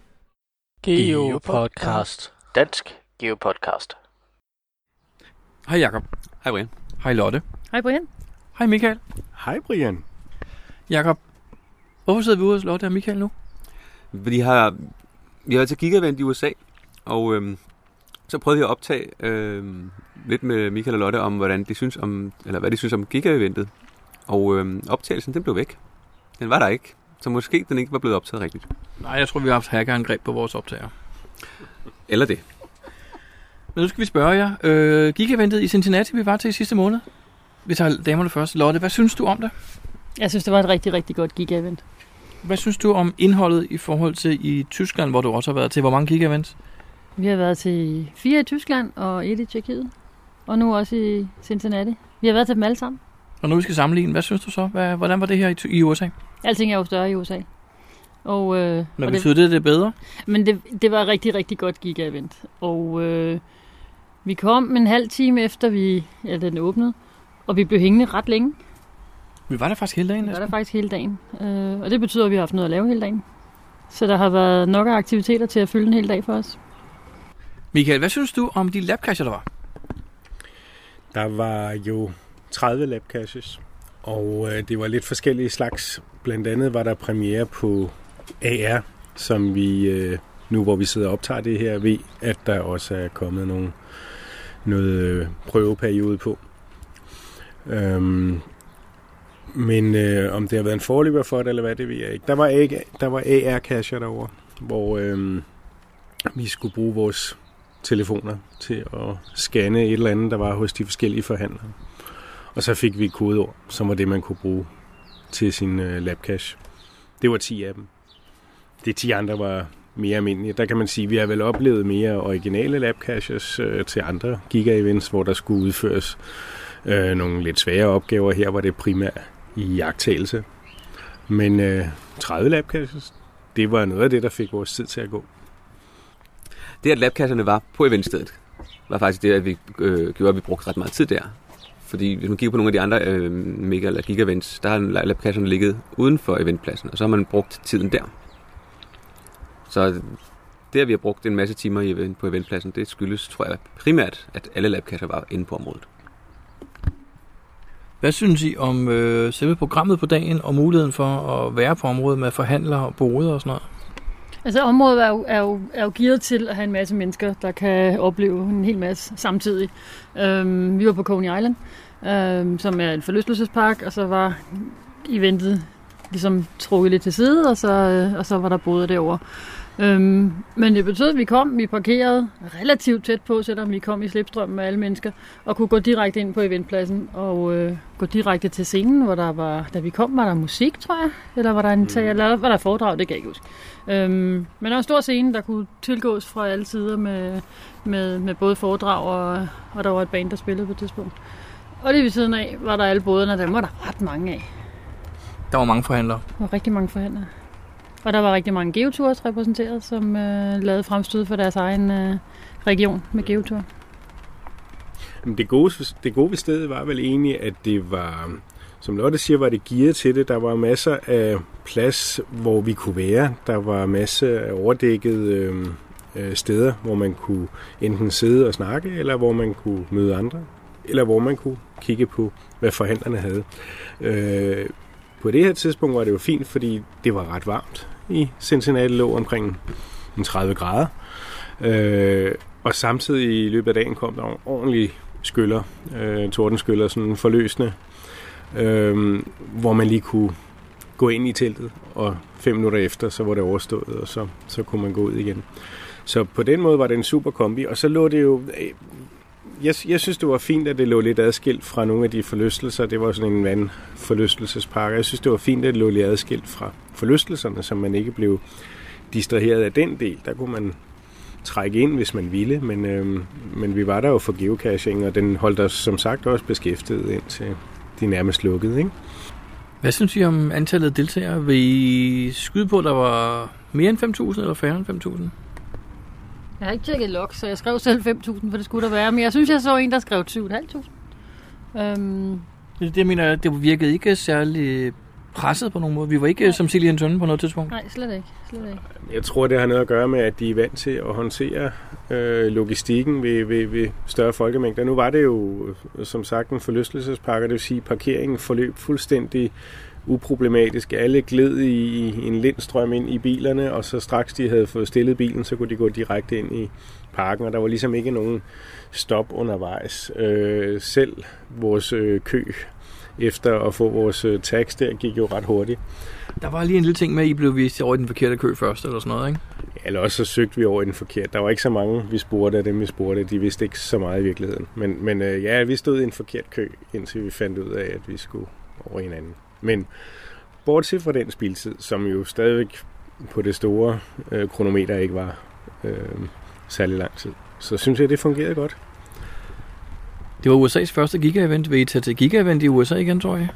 Geopodcast. Dansk Geopodcast. Hej Jakob. Hej Brian. Hej Lotte. Hej Brian. Hej Michael. Hej Brian. Jakob, hvorfor sidder vi ude hos Lotte og Michael nu? Vi har været til Giga-event i USA, og så prøvede vi at optage lidt med Michael og Lotte om, hvad de synes om Giga-eventet. Og optagelsen, den blev væk. Den var der ikke, så måske den ikke var blevet optaget rigtigt. Nej, jeg tror, vi har haft hackerangreb på vores optager. Eller det. Men nu skal vi spørge jer. Giga-eventet i Cincinnati, vi var til i sidste måned. Vi tager damerne først. Lotte, hvad synes du om det? Jeg synes, det var et rigtig, rigtig godt giga-event. Hvad synes du om indholdet i forhold til i Tyskland, hvor du også har været til? Hvor mange giga-events? Vi har været til 4 i Tyskland og 1 i Tjekkiet. Og nu også i Cincinnati. Vi har været til dem alle sammen. Og nu vi skal sammenligne, hvad synes du så? Hvordan var det her i USA? Alting er jo større i USA. Men betyder det er bedre? Men det var et rigtig, rigtig godt giga-event. Og vi kom en halv time efter den åbnede. Og vi blev hængende ret længe. Vi var der faktisk hele dagen. Vi var der faktisk hele dagen. Og det betyder, at vi har haft noget at lave hele dagen. Så der har været nok af aktiviteter til at fylde en hel dag for os. Michael, hvad synes du om de labcacher, der var? Der var jo 30 labcaches, og det var lidt forskellige slags. Blandt andet var der premiere på AR, som vi nu, hvor vi sidder og optager det her, ved, at der også er kommet noget prøveperiode på. Men om det har været en forløber for det, eller hvad, det ved jeg ikke. Der var AR-cacher derovre, hvor vi skulle bruge vores telefoner til at scanne et eller andet, der var hos de forskellige forhandlere. Og så fik vi et kodeord, som var det, man kunne bruge til sin labcache. Det var 10 af dem. De 10 andre var mere almindelige. Der kan man sige, at vi har vel oplevet mere originale labcaches til andre giga-events, hvor der skulle udføres nogle lidt svære opgaver. Her var det primært i jagttagelse. Men 30 labcaches, det var noget af det, der fik vores tid til at gå. Det, at labcacherne var på eventstedet, var faktisk det, at vi gjorde, at vi brugte ret meget tid der. Fordi hvis man kigger på nogle af de andre mega- eller giga-events, der har labcacherne ligget uden for eventpladsen, og så har man brugt tiden der. Så det, at vi har brugt en masse timer på eventpladsen, det skyldes, tror jeg, primært, at alle labcacher var inde på området. Hvad synes I om selve programmet på dagen og muligheden for at være på området med forhandlere og boder og sådan noget? Altså området er jo gearet til at have en masse mennesker, der kan opleve en hel masse samtidig. Vi var på Coney Island, som er en forlystelsespark, og så var eventet ligesom trukket lidt til side, og så var der boder derovre. Men det betød, at vi parkerede relativt tæt på, selvom vi kom i slipstrømmen med alle mennesker, og kunne gå direkte ind på eventpladsen og gå direkte til scenen, hvor der var, da vi kom, var der musik, tror jeg, eller var der eller var der foredrag, det kan jeg ikke huske. Men der var en stor scene, der kunne tilgås fra alle sider med både foredrag, og der var et band, der spillede på et tidspunkt. Og lige ved siden af var der alle båderne, og dem var der ret mange af. Der var mange forhandlere. Der var rigtig mange forhandlere. Og der var rigtig mange geotours repræsenteret, som lavede fremstød for deres egen region med geotour. Men det gode ved stedet var vel egentlig, at det var, som Lotte siger, var det gearet til det. Der var masser af plads, hvor vi kunne være. Der var masser af overdækkede steder, hvor man kunne enten sidde og snakke, eller hvor man kunne møde andre, eller hvor man kunne kigge på, hvad forhandlerne havde. På det her tidspunkt var det jo fint, fordi det var ret varmt i Cincinnati, lå omkring 30 grader. Og samtidig i løbet af dagen kom der en ordentlig skyller, tordenskyller, sådan forløsende, hvor man lige kunne gå ind i teltet, og 5 minutter efter, så var det overstået, og så kunne man gå ud igen. Så på den måde var det en super kombi, og så lå det jo... Jeg synes, det var fint, at det lå lidt adskilt fra nogle af de forlystelser. Det var sådan en vandforlystelsespark. Jeg synes, det var fint, at det lå lidt adskilt fra forlystelserne, så man ikke blev distraheret af den del. Der kunne man trække ind, hvis man ville, men vi var der jo for geocaching, og den holdt os som sagt også beskæftiget indtil de nærmest lukkede, ikke? Hvad synes I om antallet af deltagere? Vil I skyde på, at der var mere end 5.000 eller færre end 5.000? Jeg har ikke tjekket log, så jeg skrev selv 5.000, for det skulle der være. Men jeg synes, jeg så en, der skrev 7.500. Det mener jeg, det virkede ikke særlig presset på nogen måde. Vi var ikke som Silje Sønne på noget tidspunkt. Nej, slet ikke. Jeg tror, det har noget at gøre med, at de er vant til at håndtere logistikken ved større folkemængder. Nu var det jo, som sagt, en forlystelsespark, det vil sige, parkeringen forløb fuldstændig uproblematisk. Alle gled i en lindstrøm ind i bilerne, og så straks de havde fået stillet bilen, så kunne de gå direkte ind i parken, og der var ligesom ikke nogen stop undervejs. Selv vores kø efter at få vores tags der gik jo ret hurtigt. Der var lige en lille ting med, at I blev vist over i den forkerte kø først, eller sådan noget, ikke? Eller også så søgte vi over i den forkerte. Der var ikke så mange, vi spurgte af dem, vi spurgte. De vidste ikke så meget i virkeligheden. Men ja, vi stod i en forkert kø, indtil vi fandt ud af, at vi skulle over i en anden. Men bortset fra den spildtid, som jo stadigvæk på det store kronometer ikke var særlig lang tid, så synes jeg, det fungerede godt. Det var USA's første giga-event. Vil I tage til giga-event i USA igen, tror jeg?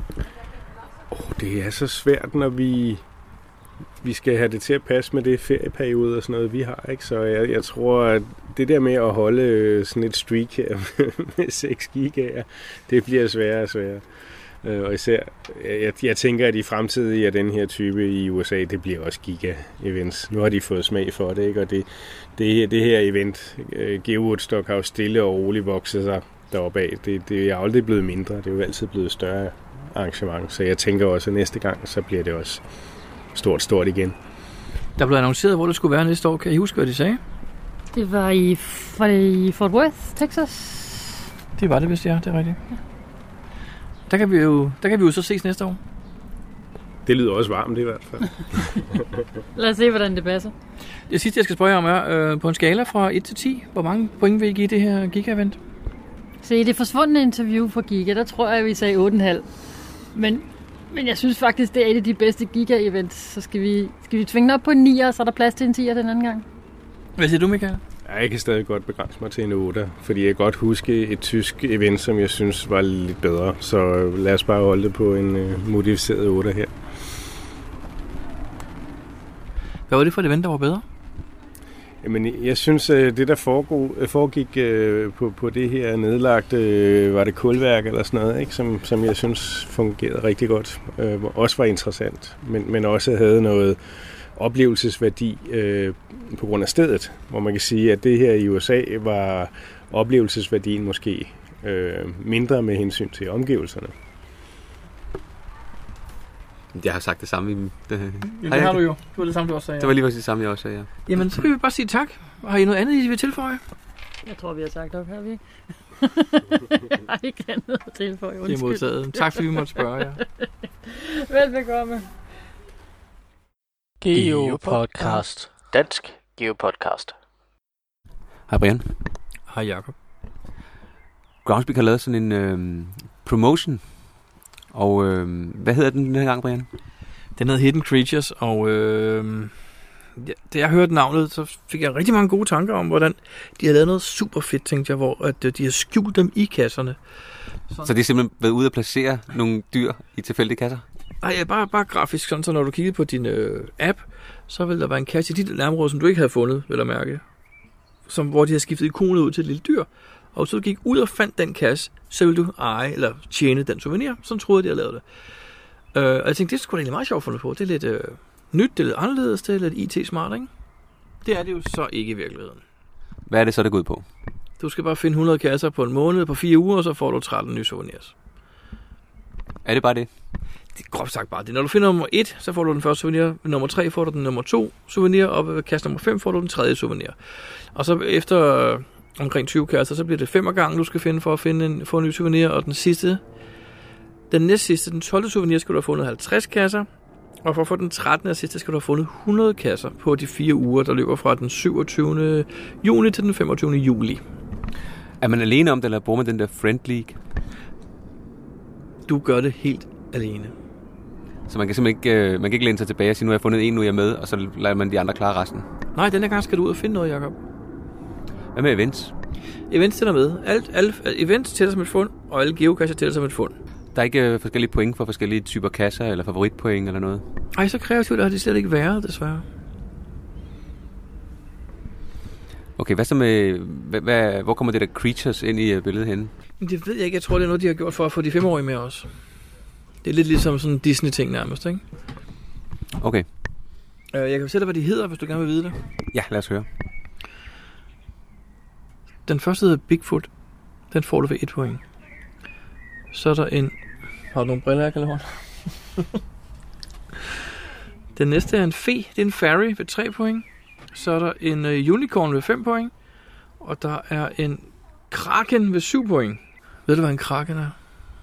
Det er så svært, når vi skal have det til at passe med det ferieperiode og sådan noget, vi har, ikke? Så jeg tror, at det der med at holde sådan et streak her med 6 gigaer, det bliver sværere og sværere. Og især, jeg tænker, at i fremtiden af den her type i USA, det bliver også giga-events. Nu har de fået smag for det, ikke? Og det her event, GeoWoodstock, har jo stille og roligt vokset sig deroppe af. Det er aldrig blevet mindre, det er jo altid blevet større arrangement. Så jeg tænker også, at næste gang, så bliver det også stort igen. Der blev annonceret, hvor det skulle være næste år. Kan I huske, hvad de sagde? Det var i Fort Worth, Texas. Det var det, hvis det er. Det er rigtigt. Ja. Der kan vi jo så ses næste år. Det lyder også varmt i hvert fald. Lad os se, hvordan det passer. Det sidste, jeg skal spørge om, er på en skala fra 1 til 10. Hvor mange point vil I give det her Giga-event? Se, det forsvundne interview fra Giga, der tror jeg, vi sagde 8,5. Men jeg synes faktisk, det er et af de bedste Giga-events. Så skal vi tvinge op på en 9'er, så er der plads til en 10'er den anden gang. Hvad siger du, Michael? Jeg kan stadig godt begrænse mig til en 8, fordi jeg kan godt huske et tysk event, som jeg synes var lidt bedre. Så lad os bare holde det på en modificeret 8 her. Hvad var det for et event, der var bedre? Jamen, jeg synes, det der foregik på det her nedlagte, var det kulværk eller sådan noget, ikke? Som jeg synes fungerede rigtig godt. Også var interessant, men også havde noget oplevelsesværdi på grund af stedet, hvor man kan sige, at det her i USA var oplevelsesværdien måske mindre med hensyn til omgivelserne. Jeg har sagt det samme. Det har du jo. Det var det samme, du også sagde. Ja. Det var lige præcis det samme, jeg også sagde, ja. Jamen, så vil vi bare sige tak. Har I noget andet, I vil tilføje? Jeg tror, vi har sagt op her, vi ikke? Jeg har ikke andet at tilføje. Undskyld. Det er modtaget. Tak, fordi vi måtte spørge jer. Velbekomme. GeoPodcast. Dansk GeoPodcast. Hej Brian. Hej Jacob. Groundspeak har lavet sådan en promotion. Og hvad hedder den her gang, Brian? Den hedder Hidden Creatures, og da jeg hørte navnet, så fik jeg rigtig mange gode tanker om, hvordan de har lavet noget super fedt, tænkte jeg, hvor at de har skjult dem i kasserne. Så det er simpelthen været ude at placere nogle dyr i tilfældige kasser? Nej, bare grafisk, sådan så når du kigger på din app, så vil der være en kasse i dit nærområde, som du ikke havde fundet, vil jeg mærke. Hvor de har skiftet ikonet ud til et lille dyr. Og hvis du gik ud og fandt den kasse, så ville du eje eller tjene den souvenir, som troede, de havde lavet det. Og jeg tænkte, det skulle da egentlig meget sjovt fundet på. Det er lidt nyt, det er lidt anderledes, det er lidt IT-smart, ikke? Det er det jo så ikke i virkeligheden. Hvad er det så, der går ud på? Du skal bare finde 100 kasser på en måned, på 4 uger, og så får du 13 nye souvenirs. Er det bare det? Det er groft sagt bare det. Når du finder nummer 1, så får du den første souvenir. Ved nummer 3 får du den nummer 2 souvenir, og ved kasse nummer 5 får du den tredje souvenir. Og så efter omkring 20 kasser, så bliver det 5 gange, du skal finde for at få en ny souvenir, og den næstsidste, den 12. souvenir, skal du have fundet 50 kasser, og for at få den 13. og sidste, skal du have fundet 100 kasser på de 4 uger, der løber fra den 27. juni til den 25. juli. Er man alene om det, eller bruger man den der Friend League? Du gør det helt alene. Så man kan simpelthen ikke, man kan ikke læne sig tilbage og sige, nu har jeg fundet en, nu er jeg med, og så lader man de andre klare resten? Nej, denne gang skal du ud og finde noget, Jacob. Hvad med events? Events tæller med. Alle events tæller som et fund, og alle geocacher tæller som et fund. Der er ikke forskellige point for forskellige typer kasser, eller favoritpoint eller noget? Ej, så kreativt har det slet ikke været, desværre. Okay, hvad så med... hvor kommer det der creatures ind i billedet henne? Det ved jeg ikke. Jeg tror, det er noget, de har gjort for at få de 5-årige med os. Det er lidt ligesom sådan en Disney-ting nærmest, ikke? Okay. Jeg kan fortælle dig, hvad de hedder, hvis du gerne vil vide det. Ja, lad os høre. Den første hedder Bigfoot. Den får du ved 1 point. Så er der en... Har du nogle briller, Kalehorn? Den næste er en fe. Det er en fairy ved 3 point. Så er der en unicorn ved 5 point. Og der er en kraken ved 7 point. Ved du, hvad en kraken er?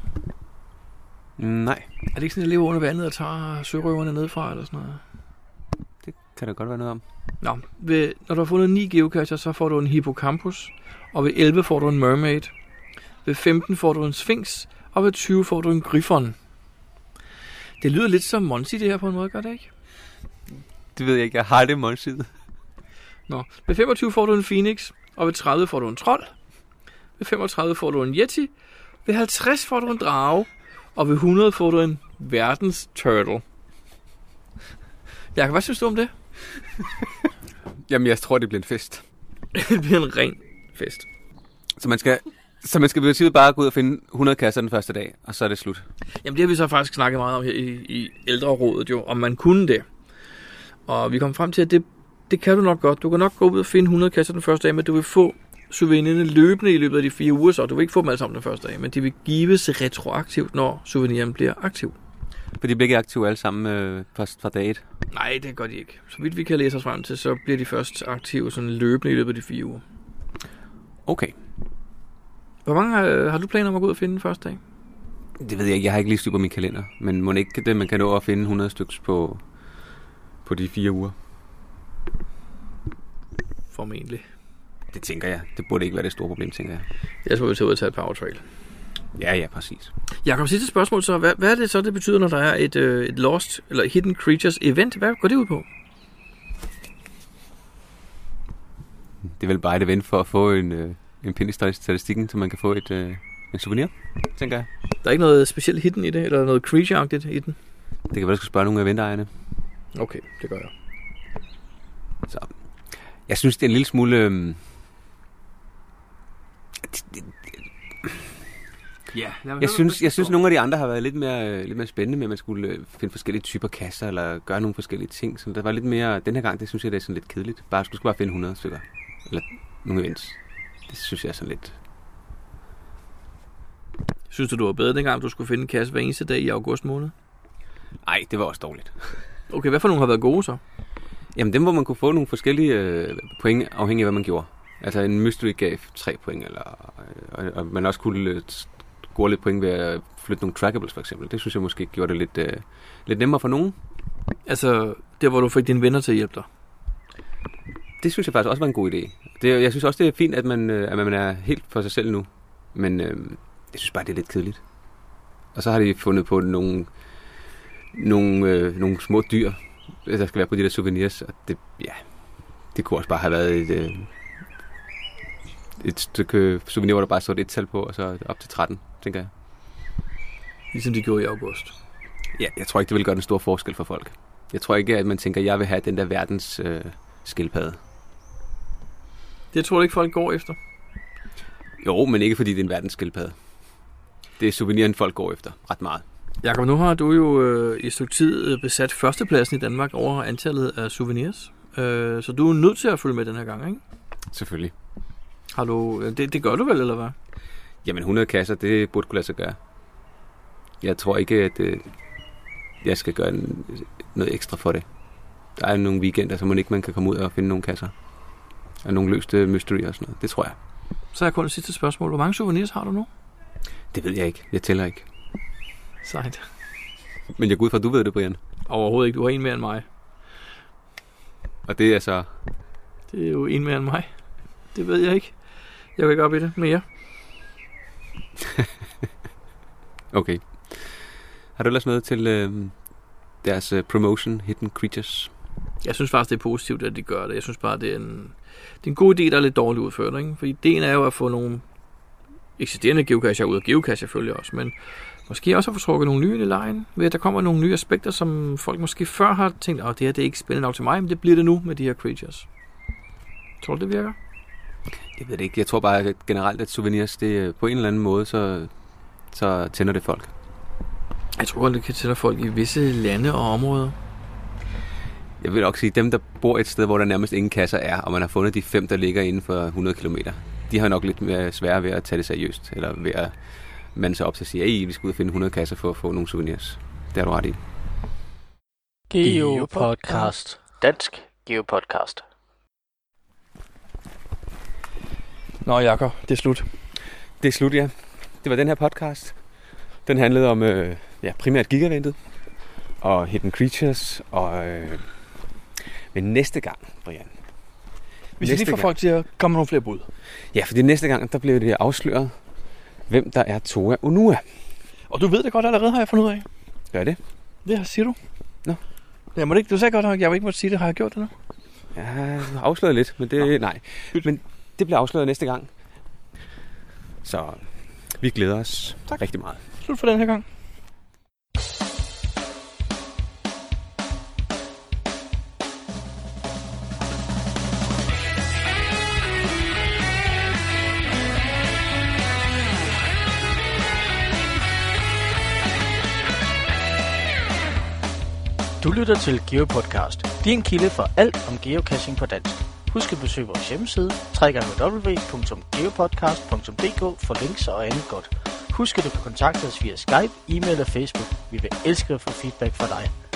Nej. Er det ikke sådan, at lever under vandet og tager sørøverne nedfra eller sådan noget? Det kan der godt være noget om. Nå, når du har fundet 9 geocacher, så får du en hippocampus. Og ved 11 får du en mermaid. Ved 15 får du en sphinx. Og ved 20 får du en griffon. Det lyder lidt som Monty det her på en måde, gør det ikke? Det ved jeg ikke. Jeg har det Monty. Nå, ved 25 får du en phoenix. Og ved 30 får du en trold. Ved 35 får du en yeti. Ved 50 får du en drage. Og ved 100 får du en verdens turtle. Jakob, hvad synes du om det? Jamen, jeg tror, det bliver en fest. Det bliver en ren fest. Så man skal betyde bare gå ud og finde 100 kasser den første dag, og så er det slut. Jamen, det har vi så faktisk snakket meget om her i ældrerådet jo, om man kunne det. Og vi kom frem til, at det kan du nok godt. Du kan nok gå ud og finde 100 kasser den første dag, men du vil få souvenirerne løbende i løbet af de 4 uger, så du vil ikke få dem alle sammen den første dag, men de vil gives retroaktivt, når souveniren bliver aktiv. For de bliver ikke aktive alle sammen fra dag 1? Nej, det gør de ikke. Så vidt vi kan læse os frem til, så bliver de først aktive sådan løbende i løbet af de 4 uger. Okay. Hvor mange har du planer om at gå ud og finde den første dag? Det ved jeg ikke. Jeg har ikke lige styr på min kalender. Men må ikke det, man kan nå at finde 100 stykker på de 4 uger? Formentlig. Det tænker jeg. Det burde ikke være det store problem, tænker jeg. Jeg tror, vi tager ud og tage et power trail. Ja, præcis. Jakob, sidste spørgsmål så. Hvad er det så, det betyder, når der er et Lost eller Hidden Creatures event? Hvad går det ud på? Det er vel bare et event for at få en pind i statistikken, så man kan få en souvenir, tænker jeg. Der er ikke noget specielt hidden i det, eller noget creature-agtigt i den? Det kan være, du skal spørge nogle af eventejerne. Okay, det gør jeg. Så jeg synes, det er en lille smule... Jeg synes nogle af de andre har været lidt mere spændende med, at man skulle finde forskellige typer kasser, eller gøre nogle forskellige ting. Så der var lidt mere... Den her gang, det synes jeg, det er sådan lidt kedeligt. Du skal bare finde 100 stykker. Eller nogle events. Det synes jeg er sådan lidt... Synes du var bedre dengang, du skulle finde en kasse hver eneste dag i august måned? Nej, det var også dårligt. Okay, hvad for nogle har været gode så? Jamen dem, hvor man kunne få nogle forskellige point, afhængig af hvad man gjorde. Altså en mystery gav 3 point, og man også kunne score lidt point ved at flytte nogle trackables for eksempel. Det synes jeg måske gjorde det lidt nemmere for nogen. Altså der, hvor du fik dine venner til at hjælpe dig? Det synes jeg faktisk også var en god idé. Jeg synes også, det er fint, at man er helt for sig selv nu. Men jeg synes bare, det er lidt kedeligt. Og så har de fundet på nogle små dyr, der skal være på de der souvenirs. Og det kunne også bare have været et stykke souvenir, hvor der bare stod et tal på, og så op til 13, tænker jeg. Ligesom de gjorde i august. Ja, jeg tror ikke, det vil gøre den store forskel for folk. Jeg tror ikke, at man tænker, at jeg vil have den der verdens skildpadde. Det tror du ikke, folk går efter? Jo, men ikke fordi det er en verdensskildpadde. Det er souveniren, folk går efter ret meget. Jakob, nu har du jo i et stykke tid besat førstepladsen i Danmark over antallet af souvenirs. Så du er nødt til at følge med den her gang, ikke? Selvfølgelig. Har du, det gør du vel, eller hvad? Jamen 100 kasser, det burde kunne lade sig gøre. Jeg tror ikke, at jeg skal gøre noget ekstra for det. Der er nogle weekender, så man kan komme ud og finde nogle kasser. Og nogle løste mysterier og sådan noget. Det tror jeg. Så er jeg kun det sidste spørgsmål. Hvor mange souvenirs har du nu? Det ved jeg ikke. Jeg tæller ikke. Sejt. Men jeg går ud fra, at du ved det, Brian. Overhovedet ikke. Du har en mere end mig. Og det er så... Det er jo en mere end mig. Det ved jeg ikke. Jeg vil ikke op i det mere. Okay. Har du ellers med til deres promotion, Hidden Creatures? Jeg synes faktisk, det er positivt, at de gør det. Jeg synes bare, det er en god idé, der er lidt dårligt udført. Ikke? For ideen er jo at få nogle eksisterende geocacher ud, og geocache selvfølgelig også, men måske også at få trukket nogle nye i lejen, ved at der kommer nogle nye aspekter, som folk måske før har tænkt, det her det er ikke spændende nok til mig, men det bliver det nu med de her creatures. Tror du, det virker? Jeg ved det ikke. Jeg tror bare at generelt, at souvenirs, det på en eller anden måde, så tænder det folk. Jeg tror, det kan tænde folk i visse lande og områder. Jeg vil også sige, at dem, der bor et sted, hvor der nærmest ingen kasser er, og man har fundet de 5, der ligger inden for 100 km, de har nok lidt mere svære ved at tage det seriøst, eller ved at mande sig op til at sige, vi skal ud og finde 100 kasser for at få nogle souvenirs. Det har du ret i. GeoPodcast. Dansk GeoPodcast. Nå, Jakob, det er slut. Det er slut, ja. Det var den her podcast. Den handlede om primært gigaventet og Hidden Creatures, men næste gang, Brian. Hvis jeg lige får folk til at komme nogle flere bud. Ja, fordi næste gang, der blev det afsløret, hvem der er Toa Onua. Og du ved det godt allerede, har jeg fundet ud af. Gør det? Det siger du. Nå. Jeg må ikke, du sagde godt nok, jeg må ikke måtte sige det. Har jeg gjort det nu? Ja, jeg har afsløret lidt, men det nej. Men det bliver afsløret næste gang. Så vi glæder os rigtig meget. Slut for den her gang. Du lytter til GeoPodcast, din kilde for alt om geocaching på dansk. Husk at besøge vores hjemmeside, www.geopodcast.dk for links og andet godt. Husk at du kan kontakte os via Skype, e-mail og Facebook. Vi vil elske at få feedback fra dig.